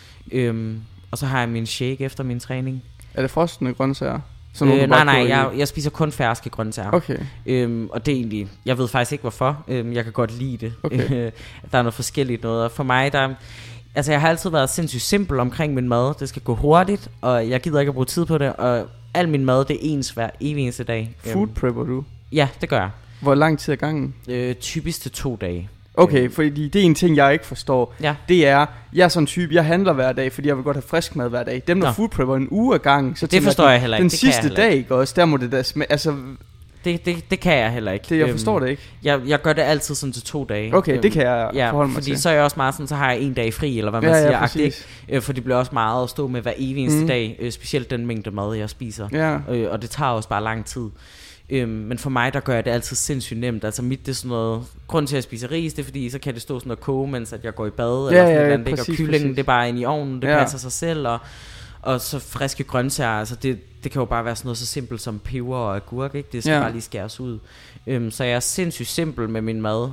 Og så har jeg min shake efter min træning. Er det frostende grøntsager? Nej, jeg spiser kun ferske grøntsager. Okay. Og det er egentlig, jeg ved faktisk ikke hvorfor, jeg kan godt lide det. Okay. Der er noget forskelligt noget, og for mig altså jeg har altid været sindssygt simpel omkring min mad. Det skal gå hurtigt, og jeg gider ikke at bruge tid på det. Og al min mad, det er ens hver evig eneste dag. Food prepper du? Ja, det gør jeg. Hvor lang tid ad gangen? Typisk til 2 dage. Okay, fordi det er en ting jeg ikke forstår. Ja. Det er, jeg er sådan en type, jeg handler hver dag, fordi jeg vil godt have frisk mad hver dag. Dem der food prepper en uge ad gangen, så det forstår jeg heller ikke. Den sidste dag, ikke også? Der må det da altså det kan jeg heller ikke. Jeg forstår det ikke. Jeg gør det altid sådan til 2 dage. Okay, det kan jeg forholde mig fordi til. Så er jeg også meget sådan, så har jeg 1 dag fri, eller hvad man siger. For det bliver også meget at stå med hver evig eneste dag, specielt den mængde mad, jeg spiser. Og det tager også bare lang tid. Men for mig, der gør jeg det altid sindssygt nemt. Altså mit, det er sådan noget, grund til at jeg spiser ris, det er fordi, så kan det stå sådan og koge, mens at jeg går i bad, eller sådan et eller andet, og kyllingen, det er bare ind i ovnen, det passer sig selv, og så friske grøntsager, altså det kan jo bare være sådan noget så simpelt som peber og agurk, ikke? Det skal bare lige skæres ud. Så jeg er sindssygt simpel med min mad,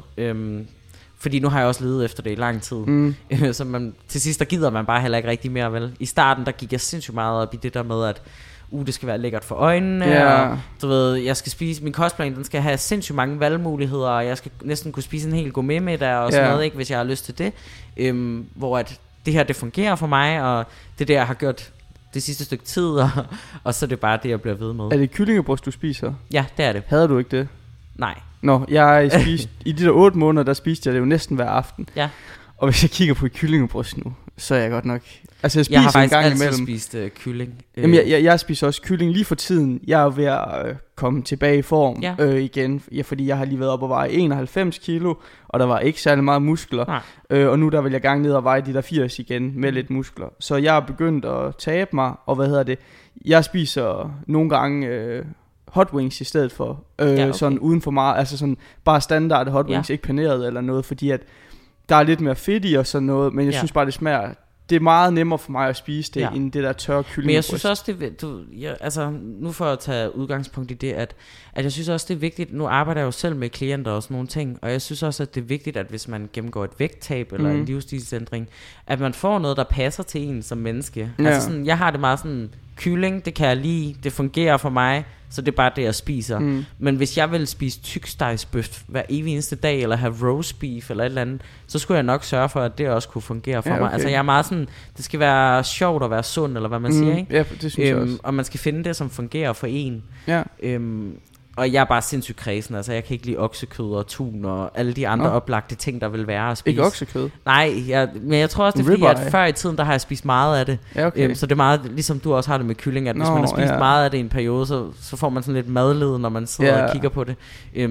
fordi nu har jeg også ledet efter det i lang tid. Så til sidst, der gider man bare heller ikke rigtig mere, vel? I starten, der gik jeg sindssygt meget op i det der med, at det skal være lækkert for øjnene, og du ved, jeg skal spise, min kostplan, den skal have sindssygt mange valgmuligheder, og jeg skal næsten kunne spise en hel gourmetmiddag og sådan noget, ikke, hvis jeg har lyst til det. Hvor at det her, det fungerer for mig, og det er det, jeg har gjort det sidste stykke tid, og så er det bare det, jeg bliver ved med. Er det kyllingebryst, du spiser? Ja, det er det. Havde du ikke det? Nej. Nå, jeg spiste i de der 8 måneder, der spiste jeg det jo næsten hver aften. Ja. Og hvis jeg kigger på kyllingebryst nu, så er jeg godt nok. Altså jeg spiser jeg har faktisk en gang altid imellem spist kylling. Jamen jeg spiser også kylling lige for tiden. Jeg er ved at komme tilbage i form igen, fordi jeg har lige været op og veje 91 kilo, og der var ikke særlig meget muskler. Og nu der vil jeg gerne ned og veje de der 80 igen med lidt muskler. Så jeg er begyndt at tabe mig, og jeg spiser nogle gange hot wings i stedet for sådan uden for meget, altså sådan bare standard hot wings, ikke paneret eller noget, fordi at der er lidt mere fedt i og sådan noget, men jeg synes bare det smager. Det er meget nemmere for mig at spise det end det der tørre kyllingebryst. Men jeg synes også altså nu for at tage udgangspunkt i det, at jeg synes også det er vigtigt. Nu arbejder jeg jo selv med klienter og sådan nogle ting, og jeg synes også at det er vigtigt, at hvis man gennemgår et vægttab eller en livsstilsændring, at man får noget der passer til en som menneske. Altså sådan, jeg har det meget sådan, kylling, det kan jeg lide, det fungerer for mig, så det er bare det jeg spiser. Men hvis jeg vil spise tykstegsbøf hver evig eneste dag, eller have roast beef eller et eller andet, så skulle jeg nok sørge for at det også kunne fungere for mig. Altså jeg er meget sådan, det skal være sjovt at være sund, eller hvad man siger, ikke? Ja, det synes jeg også. Og man skal finde det som fungerer for en. Ja. Og jeg er bare sindssygt kredsen. Altså jeg kan ikke lide oksekød og tun og alle de andre oplagte ting, der vil være at spise. Ikke oksekød? Nej, men jeg tror også det er fordi at før i tiden der har jeg spist meget af det. Så det er meget ligesom du også har det med kylling, at hvis man har spist meget af det i en periode, så får man sådan lidt madled, når man sidder og kigger på det.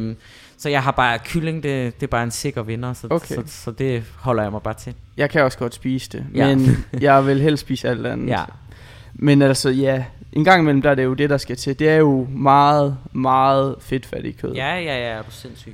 Så jeg har bare kylling, det er bare en sikker vinder, så det holder jeg mig bare til. Jeg kan også godt spise det, men jeg vil helst spise alt andet. Men altså en gang imellem, der er det jo det, der skal til. Det er jo meget, meget fedtfattigt kød. Ja, er du sindssyg.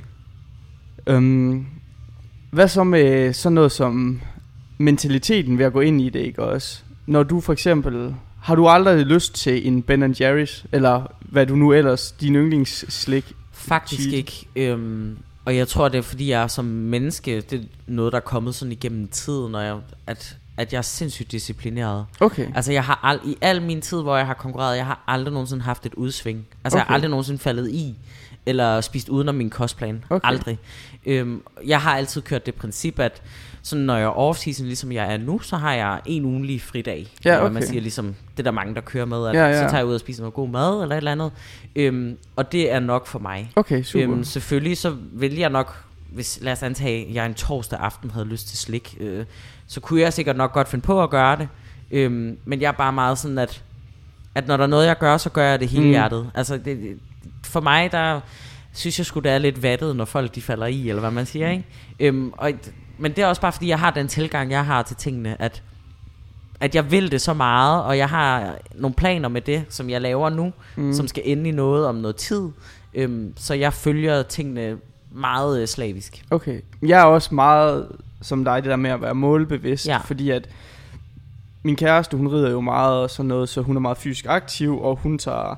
Hvad så med sådan noget som mentaliteten ved at gå ind i det, ikke også? Når du for eksempel Har du aldrig lyst til en Ben & Jerry's? Eller hvad du nu ellers, din yndlingsslik? Faktisk ikke. Og jeg tror, det er fordi, jeg som menneske, det er noget, der er kommet sådan igennem tiden, at jeg er sindssygt disciplineret. Okay. Altså jeg har i al min tid, hvor jeg har konkurreret, jeg har aldrig nogensinde haft et udsving. Altså jeg har aldrig nogensinde faldet i eller spist udenom min kostplan. Aldrig. Jeg har altid kørt det princip, at sådan når jeg er off-season, ligesom jeg er nu, så har jeg en ugenlig fridag. Ja, okay. Man siger ligesom, det er der mange, der kører med, at så tager jeg ud og spiser noget god mad eller et eller andet. Og det er nok for mig. Okay, super. Selvfølgelig så vil jeg nok, hvis lad os antage, at jeg en torsdag aften havde lyst til slik, så kunne jeg sikkert nok godt finde på at gøre det. Men jeg er bare meget sådan, at når der er noget, jeg gør, så gør jeg det hele hjertet. Altså for mig, der synes jeg sgu, det er lidt vattet, når folk de falder i, eller hvad man siger, ikke? Men det er også bare fordi, jeg har den tilgang, jeg har til tingene, at jeg vil det så meget, og jeg har nogle planer med det, som jeg laver nu, som skal ende i noget om noget tid. Så jeg følger tingene meget slavisk. Okay. Jeg er også meget som dig, det der med at være målbevidst, fordi at min kæreste, hun rider jo meget og sådan noget, så hun er meget fysisk aktiv, og hun tager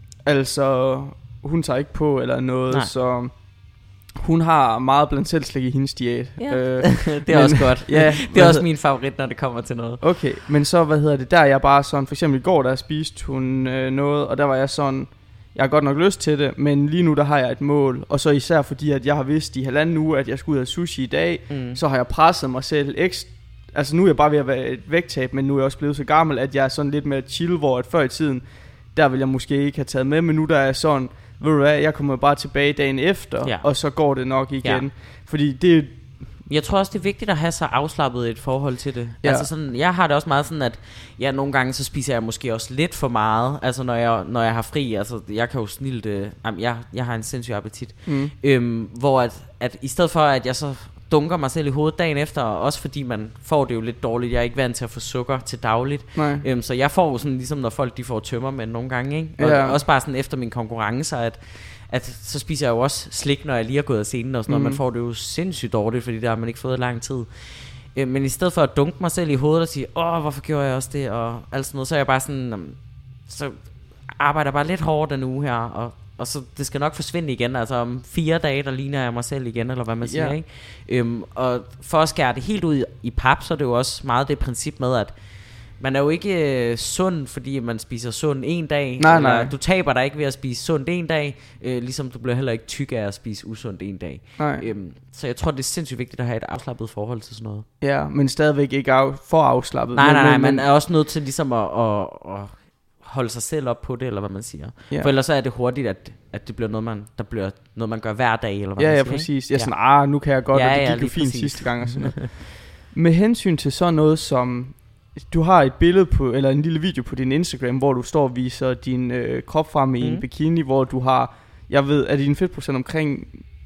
ikke på eller noget. Nej. Så hun har meget blandt selv slik i hendes diæt. Ja. Det er også godt. Ja, det er også min favorit, når det kommer til noget. Okay, men så der er jeg bare sådan, for eksempel i går, der spiste hun noget, og der var jeg sådan, jeg har godt nok lyst til det, men lige nu der har jeg et mål. Og så især fordi, at jeg har vidst i 1,5 uge, at jeg skulle ud af sushi i dag, så har jeg presset mig selv ekstra. Altså nu er jeg bare ved at være et vægttab, men nu er jeg også blevet så gammel, at jeg er sådan lidt mere chill, hvor at før i tiden, der vil jeg måske ikke have taget med, men nu der er sådan, ved du hvad, jeg kommer bare tilbage dagen efter, og så går det nok igen. Fordi det. Jeg tror også, det er vigtigt at have så afslappet et forhold til det. Altså sådan, jeg har det også meget sådan, at nogle gange så spiser jeg måske også lidt for meget. Altså når jeg har fri, altså jeg kan jo snilt, jeg har en sindssyg appetit. Hvor at i stedet for, at jeg så dunker mig selv i hovedet dagen efter, også fordi man får det jo lidt dårligt. Jeg er ikke vant til at få sukker til dagligt. Så jeg får jo sådan, ligesom når folk de får tømmermænd nogle gange, ikke? Og også bare sådan efter min konkurrence, at så spiser jeg jo også slik, når jeg lige er gået af scenen og sådan noget. Man får det jo sindssygt dårligt, fordi der har man ikke fået lang tid. Men i stedet for at dunke mig selv i hovedet og sige, hvorfor gjorde jeg også det, og alt sådan noget, så er jeg bare sådan, så arbejder jeg bare lidt hårdere den uge her, og så det skal nok forsvinde igen. Altså om 4 dage, der ligner jeg mig selv igen, eller hvad man siger, ikke? Og for at skære det helt ud i pap, så er det jo også meget det princip med, at man er jo ikke sund, fordi man spiser sund en dag. Nej. Du taber dig ikke ved at spise sundt en dag, ligesom du bliver heller ikke tyk af at spise usundt en dag. Så jeg tror, det er sindssygt vigtigt at have et afslappet forhold til sådan noget. Ja, men stadigvæk ikke for afslappet. Nej, man er også nødt til ligesom at holde sig selv op på det, eller hvad man siger. For ellers så er det hurtigt, at det bliver noget, man gør hver dag, eller hvad man siger. Ja, præcis. Jeg er sådan, nu kan jeg godt, og det gik jo fint sidste gang. Og sådan noget. Med hensyn til sådan noget som, du har et billede på, eller en lille video på din Instagram, hvor du står og viser din krop frem i en bikini, hvor du har, jeg ved, er din fedtprocent omkring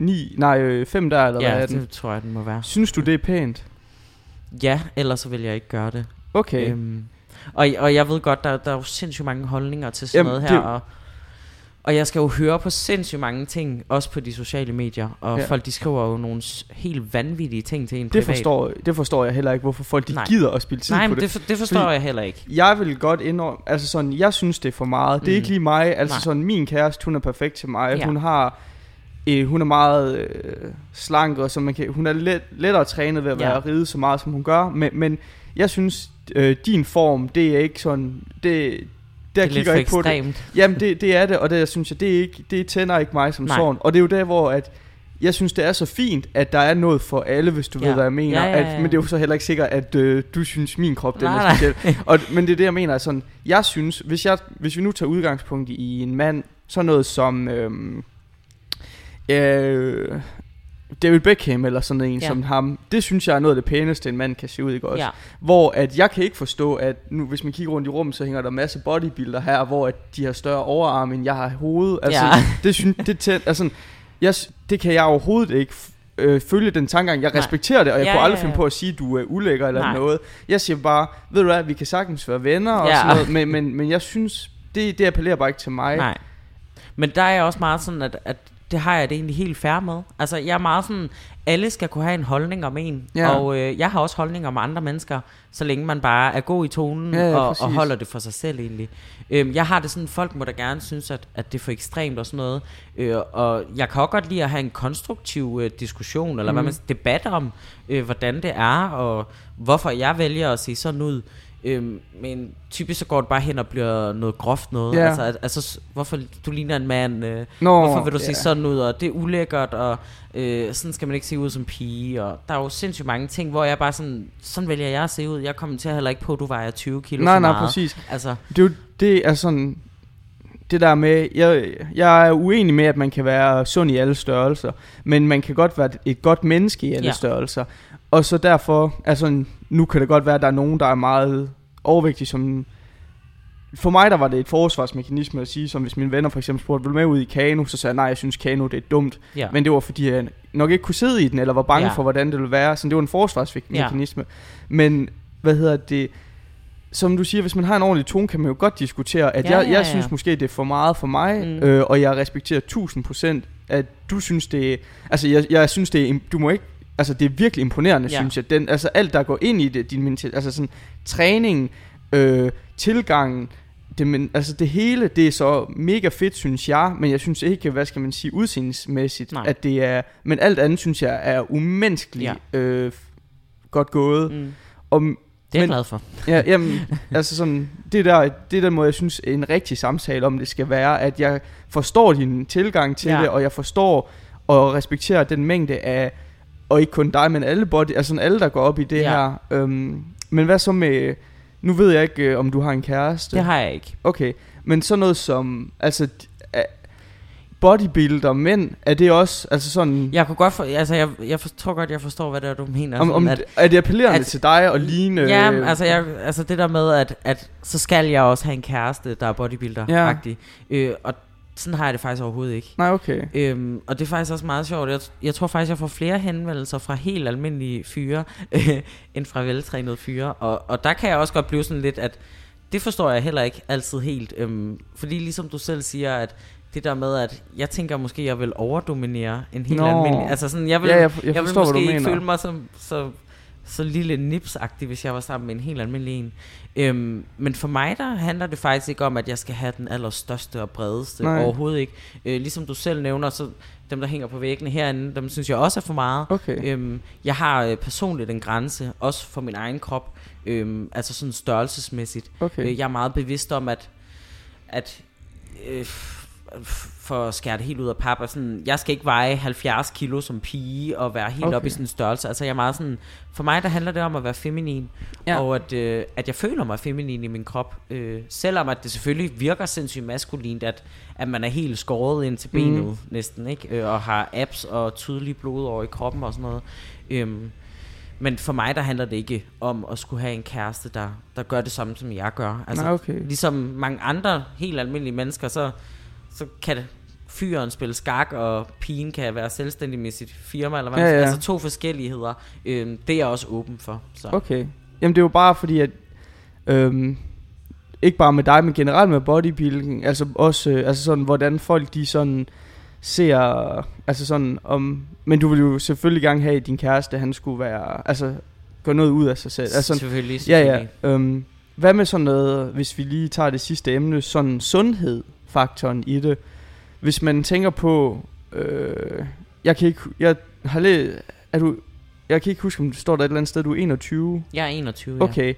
5 der, eller hvad er den? Ja, det tror jeg, den må være. Synes du, det er pænt? Ja, ellers så vil jeg ikke gøre det. Okay. Og jeg ved godt, der er jo sindssygt mange holdninger til sådan noget her, og jeg skal jo høre på sindssygt mange ting, også på de sociale medier, og folk de skriver jo nogle helt vanvittige ting til en privat. Det forstår jeg heller ikke, hvorfor folk de gider at spille tid på det. Det forstår jeg heller ikke. Jeg vil godt indrømme, altså sådan, jeg synes det er for meget. Det er ikke lige mig, altså sådan, min kæreste, hun er perfekt til mig. Hun er meget slank, og så hun er lettere trænet ved at være ride så meget, som hun gør, men jeg synes, din form, det er ikke sådan, det er lidt for ekstremt. Jamen det er det, og det synes jeg, det tænder ikke mig som sådan. Og det er jo der, hvor at jeg synes, det er så fint, at der er noget for alle, hvis du ved, hvad jeg mener. Men det er jo så heller ikke sikkert, at du synes, min krop den er speciel. Men det er det, jeg mener. Sådan, jeg synes, hvis vi nu tager udgangspunkt i en mand, så noget som David Beckham eller sådan en som ham, det synes jeg er noget af det pæneste en mand kan se ud, ikke også? Hvor at jeg kan ikke forstå, at nu hvis man kigger rundt i rummet, så hænger der masse bodybuilder her, hvor at de har større overarm end jeg har i hovedet. Altså det kan jeg overhovedet ikke følge den tankegang. Jeg respekterer det, og jeg kunne aldrig finde på at sige, at du er ulækker eller noget. Jeg siger bare, ved du hvad, vi kan sagtens være venner og sådan noget, men jeg synes det appellerer bare ikke til mig. Nej. Men der er også meget sådan, at det har jeg det egentlig helt fair med. Altså jeg er meget sådan, alle skal kunne have en holdning om en, og jeg har også holdninger om andre mennesker, så længe man bare er god i tonen og holder det for sig selv egentlig. Jeg har det sådan, folk må da gerne synes, at det er for ekstremt og sådan noget, og jeg kan også godt lide at have en konstruktiv diskussion, eller hvad man debat om, hvordan det er, og hvorfor jeg vælger at se sådan ud. Men typisk så går det bare hen og bliver noget groft noget. Altså hvorfor du ligner en mand, hvorfor vil du se sådan ud, og det er ulækkert, og sådan skal man ikke se ud som pige, og der er jo sindssygt mange ting, hvor jeg bare sådan vælger jeg at se ud. Jeg kommenterer heller ikke på, at du vejer 20 kilo for meget. Nej, præcis. Altså det er sådan det der med, jeg er uenig med, at man kan være sund i alle størrelser, men man kan godt være et godt menneske i alle størrelser. Og så derfor, altså nu kan det godt være, at der er nogen, der er meget overvægtige, som... For mig der var det et forsvarsmekanisme at sige, som hvis mine venner for eksempel spurgte, vil du med ud i kano, så sagde jeg, nej, jeg synes kano det er dumt. Men det var fordi, jeg nok ikke kunne sidde i den, eller var bange for, hvordan det ville være. Så det var en forsvarsmekanisme. Men, som du siger, hvis man har en ordentlig tone, kan man jo godt diskutere, at jeg synes måske, det er for meget for mig, og jeg respekterer 1000%, at du synes det... Altså, jeg synes det er... Du må ikke... Altså det er virkelig imponerende, synes jeg. Altså alt der går ind i det, din mentalitet, altså sådan træning, tilgangen, altså det hele, det er så mega fedt, synes jeg. Men jeg synes ikke, hvad skal man sige, udseendemæssigt, at det er. Men alt andet synes jeg er umenneskeligt godt gået. Det er jeg glad for. Jamen, altså sådan, det er den måde, jeg synes, en rigtig samtale om det skal være, at jeg forstår din tilgang til det, og jeg forstår og respekterer den mængde af, og ikke kun dig, men alle altså alle, der går op i det her. Men hvad så med, nu ved jeg ikke, om du har en kæreste. Det har jeg ikke. Okay, men sådan noget som, altså bodybuilder, mænd, er det også, altså sådan... Jeg kunne godt jeg tror godt, jeg forstår, hvad det er, du mener. Er det appellerende til dig og ligne... Ja, altså det der med, at så skal jeg også have en kæreste, der er bodybuilder-agtig. Og sådan har jeg det faktisk overhovedet ikke. Nej, okay. Og det er faktisk også meget sjovt. Jeg tror faktisk, jeg får flere henvendelser fra helt almindelige fyre, end fra veltrænede fyre. Og der kan jeg også godt blive sådan lidt, at det forstår jeg heller ikke altid helt. Fordi ligesom du selv siger, at det der med, at jeg tænker måske, jeg vil overdominere en helt almindelig... Altså sådan, jeg vil måske ikke føle mig som så lille nipsagtig, hvis jeg var sammen med en helt almindelig en. Men for mig der handler det faktisk ikke om, at jeg skal have den allerstørste og bredeste. Overhovedet ikke. Ligesom du selv nævner, så dem der hænger på væggene herinde, dem synes jeg også er for meget. Okay. Jeg har personligt en grænse, også for min egen krop, altså sådan størrelsesmæssigt. Okay. Jeg er meget bevidst om, at for at skære det helt ud af pap, sådan, jeg skal ikke veje 70 kilo som pige og være helt op i sådan en størrelse. Altså jeg er meget sådan, for mig der handler det om at være feminin, og at jeg føler mig feminin i min krop, selvom at det selvfølgelig virker sindssygt maskulint, at man er helt skåret ind til benet næsten, ikke? Og har abs og tydelige blod over i kroppen og sådan noget. Men for mig der handler det ikke om at skulle have en kæreste, der gør det samme som jeg gør. Altså ligesom mange andre helt almindelige mennesker, så kan fyren spille skak, og pigen kan være selvstændig med sit firma, eller hvad altså 2 forskelligheder. Det er jeg også åben for. Så. Okay. Jamen det er jo bare fordi, at ikke bare med dig, men generelt med bodybuilding, altså også altså sådan, hvordan folk de sådan ser, altså sådan men du vil jo selvfølgelig gerne have, at din kæreste, han skulle være, altså gå noget ud af sig selv. Altså, selvfølgelig. Ja. Hvad med sådan noget, hvis vi lige tager det sidste emne, sådan sundhed-faktoren i det. Hvis man tænker på, jeg kan ikke huske, om det står der et eller andet sted, du er 21? Jeg er 21, okay.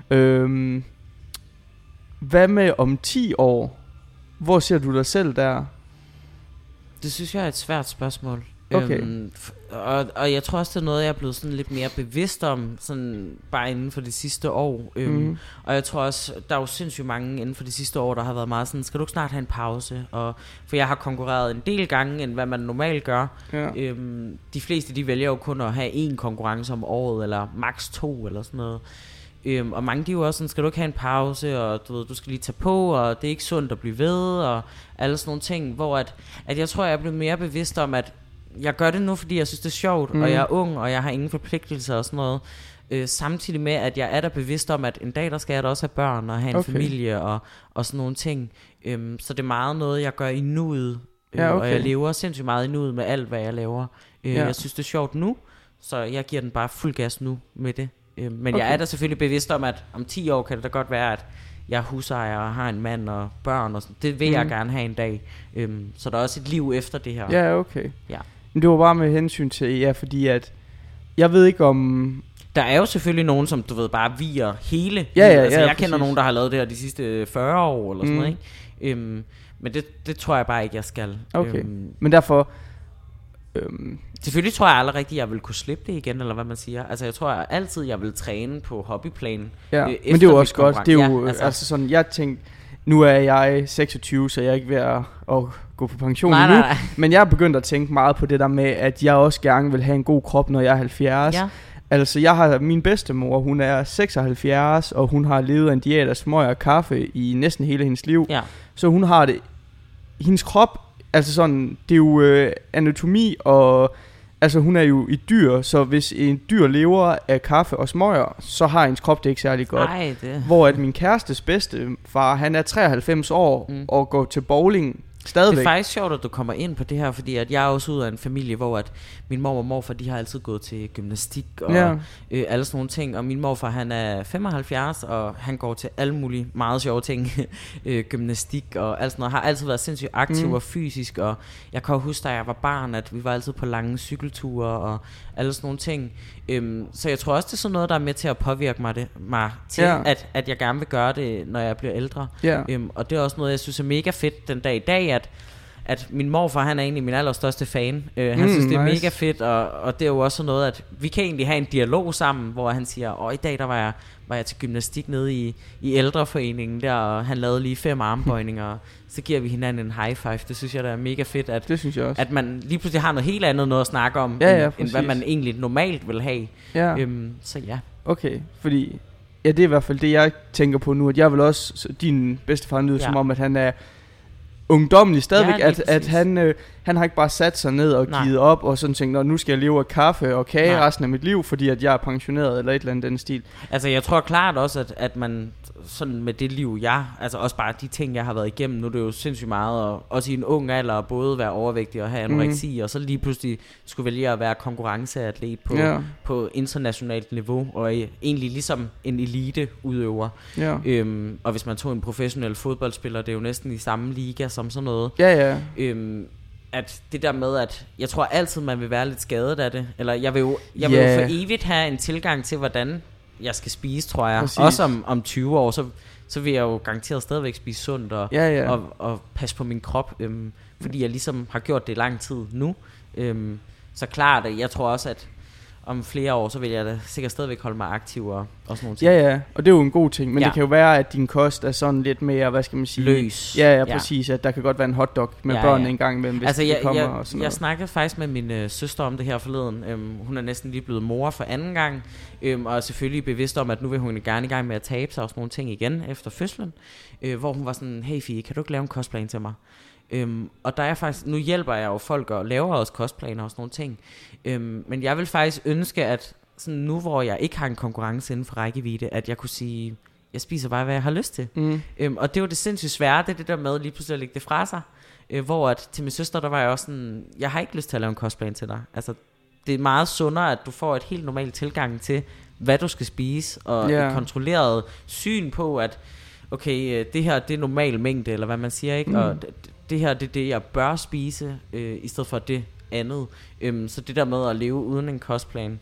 Hvad med om 10 år? Hvor ser du dig selv der? Det synes jeg er et svært spørgsmål. Okay. Og jeg tror også, det er noget, jeg er blevet sådan lidt mere bevidst om, sådan bare inden for det sidste år. Og jeg tror også, der er jo sindssygt mange inden for det sidste år, der har været meget sådan, skal du ikke snart have en pause? For jeg har konkurreret en del gange, end hvad man normalt gør. Ja. De fleste, de vælger jo kun at have 1 konkurrence om året, eller maks 2, eller sådan noget. Og mange de er jo også sådan, skal du ikke have en pause, og du skal lige tage på, og det er ikke sundt at blive ved, og alle sådan nogle ting, hvor at jeg tror, jeg er blevet mere bevidst om, at jeg gør det nu, fordi jeg synes, det er sjovt, og jeg er ung, og jeg har ingen forpligtelser og sådan noget. Samtidig med, at jeg er da bevidst om, at en dag, der skal jeg da også have børn, og have en familie, og sådan nogle ting. Så det er meget noget, jeg gør i nuet, Ja, okay. Og jeg lever sindssygt meget i nuet med alt, hvad jeg laver. Jeg synes, det er sjovt nu, så jeg giver den bare fuld gas nu med det. Men jeg er da selvfølgelig bevidst om, at om 10 år kan det da godt være, at jeg er husejer og har en mand og børn og sådan. Det vil jeg gerne have en dag. Så der er også et liv efter det her. Ja, okay. Ja. Men det var bare med hensyn til, fordi at jeg ved ikke om... Der er jo selvfølgelig nogen, som du ved bare viger hele. Jeg kender nogen, der har lavet det her de sidste 40 år eller sådan noget, ikke? Men det tror jeg bare ikke, jeg skal. Okay. Men derfor... Selvfølgelig tror jeg aldrig rigtigt, jeg vil kunne slippe det igen, eller hvad man siger. Altså jeg tror altid, jeg vil træne på hobbyplan. Ja, men det er jo også godt. Det er jo altså sådan, jeg tænkte, nu er jeg 26, så jeg er ikke ved at gå på pension nu. Nej. Men jeg er begyndt at tænke meget på det der med, at jeg også gerne vil have en god krop, når jeg er 70. Ja. Altså jeg har min bedstemor, hun er 76, og hun har levet af en diæt af smøger og kaffe i næsten hele hendes liv. Ja. Så hun har det, hendes krop, altså sådan, det er jo anatomi, og altså hun er jo et dyr, så hvis en dyr lever af kaffe og smøger, så har hendes krop det ikke særlig godt. Hvor at min kærestes bedstefar, han er 93 år og går til bowling stadigvæk. Det er faktisk sjovt, at du kommer ind på det her, fordi at jeg er også ud af en familie, hvor at min mor og morfar, de har altid gået til gymnastik og alle sådan nogle ting. Og min morfar, han er 75, og han går til alle mulige meget sjove ting. Gymnastik og alt sådan noget. Har altid været sindssygt aktiv og fysisk. Og jeg kan huske, da jeg var barn, at vi var altid på lange cykelture og alle sådan nogle ting. Så jeg tror også, det er sådan noget, der er med til at påvirke mig til, at jeg gerne vil gøre det, når jeg bliver ældre. Og det er også noget, jeg synes er mega fedt den dag i dag, at min morfar, han er egentlig min allerstørste fan. Han synes, det er mega fedt, og det er jo også sådan noget, at vi kan egentlig have en dialog sammen, hvor han siger, i dag der var jeg til gymnastik nede i ældreforeningen der, og han lavede lige 5 armbøjninger, så giver vi hinanden en high five. Det synes jeg, der er mega fedt, at, det synes jeg også. At man lige pludselig har noget helt andet noget at snakke om, end hvad man egentlig normalt vil have. Så ja. Okay, fordi det er i hvert fald det, jeg tænker på nu, at jeg vil også, din bedstefar lyder som om, at han er ungdommelig stadigvæk, at han har ikke bare sat sig ned og givet op og sådan tænkt, nu skal jeg leve af kaffe og kage resten af mit liv, fordi at jeg er pensioneret eller et eller andet den stil. Altså jeg tror klart også, at man sådan med det liv, altså også bare de ting, jeg har været igennem, nu er det jo sindssygt meget, og også i en ung alder, både være overvægtig og have anoreksi, og så lige pludselig skulle vælge at være konkurrenceatlet på internationalt niveau, og egentlig ligesom en eliteudøver. Og hvis man tog en professionel fodboldspiller, det er jo næsten i samme liga som sådan noget. At det der med, at jeg tror altid, man vil være lidt skadet af det, eller jeg vil jo for evigt have en tilgang til, hvordan jeg skal spise, tror jeg. Præcis. Også om 20 år, så vil jeg jo garanteret stadigvæk spise sundt og passe på min krop, fordi jeg ligesom har gjort det i lang tid nu. Så klart, jeg tror også, at om flere år, så vil jeg da sikkert stadigvæk holde mig aktiv og sådan nogle ting. Og det er jo en god ting, men det kan jo være, at din kost er sådan lidt mere, hvad skal man sige, løs. Præcis, at der kan godt være en hotdog med børnene en gang imellem, hvis de kommer og sådan noget. Jeg snakkede faktisk med min søster om det her forleden. Hun er næsten lige blevet mor for anden gang, og er selvfølgelig bevidst om, at nu vil hun gerne i gang med at tabe sig og sådan nogle ting igen efter fødslen, hvor hun var sådan, hey Fie, kan du ikke lave en kostplan til mig? Og der er faktisk, nu hjælper jeg jo folk og laver også kostplaner og sådan nogle ting, men jeg vil faktisk ønske, at sådan nu hvor jeg ikke har en konkurrence inden for rækkevidde, at jeg kunne sige, jeg spiser bare hvad jeg har lyst til. Og det var det sindssygt svære, det der med lige pludselig at lægge det fra sig, hvor at til min søster der var jeg også sådan, jeg har ikke lyst til at lave en kostplan til dig. Altså det er meget sundere, at du får et helt normalt tilgang til hvad du skal spise, og et kontrolleret syn på, at okay, det her det er normal mængde, eller hvad man siger, ikke? Og det her det er det jeg bør spise, i stedet for det andet. Så det der med at leve uden en kostplan,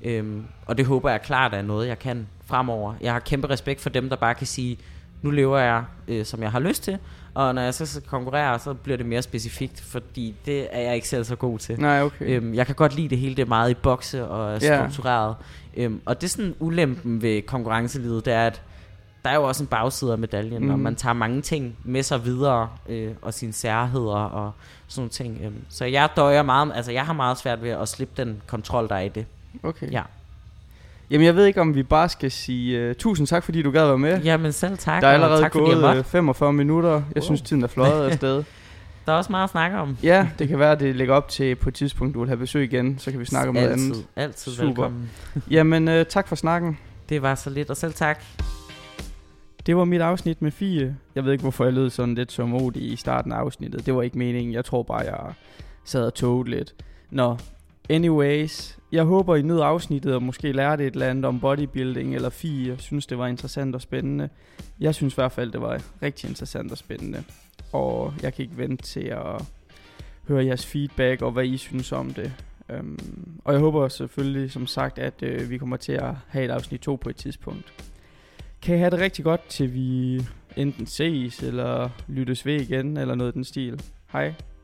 og det håber jeg klart er noget jeg kan fremover. Jeg har kæmpe respekt for dem der bare kan sige, nu lever jeg som jeg har lyst til, og når jeg så skal konkurrere, så bliver det mere specifikt, fordi det er jeg ikke selv så god til. Nej, okay. Jeg kan godt lide det hele, det er meget i bokse og struktureret. Og det er sådan ulempen ved konkurrencelivet, det er at der er jo også en bagside af medaljen, og man tager mange ting med sig videre, og sine særheder og sådan nogle ting. Så jeg døjer meget, altså jeg har meget svært ved at slippe den kontrol, der er i det. Okay. Ja. Jamen jeg ved ikke, om vi bare skal sige tusind tak, fordi du gad være med. Jamen selv tak. Der er allerede tak, gået 45 minutter. Jeg synes, tiden er fløjet afsted. Der er også meget at snakke om. Ja, det kan være, at det lægger op til på et tidspunkt, du vil have besøg igen, så kan vi snakke om noget andet. Altid velkommen. Jamen tak for snakken. Det var så lidt, og selv tak. Det var mit afsnit med Fie. Jeg ved ikke, hvorfor jeg lød sådan lidt sørgmodig i starten af afsnittet. Det var ikke meningen. Jeg tror bare, jeg sad og togede lidt. Nå, anyways. Jeg håber, I nød afsnittet og måske lærte et eller andet om bodybuilding eller Fie. Jeg synes, det var interessant og spændende. Jeg synes i hvert fald, det var rigtig interessant og spændende. Og jeg kan ikke vente til at høre jeres feedback og hvad I synes om det. Og jeg håber selvfølgelig, som sagt, at vi kommer til at have et afsnit 2 på et tidspunkt. Kan I have det rigtig godt, til vi enten ses eller lyttes ved igen, eller noget i den stil. Hej.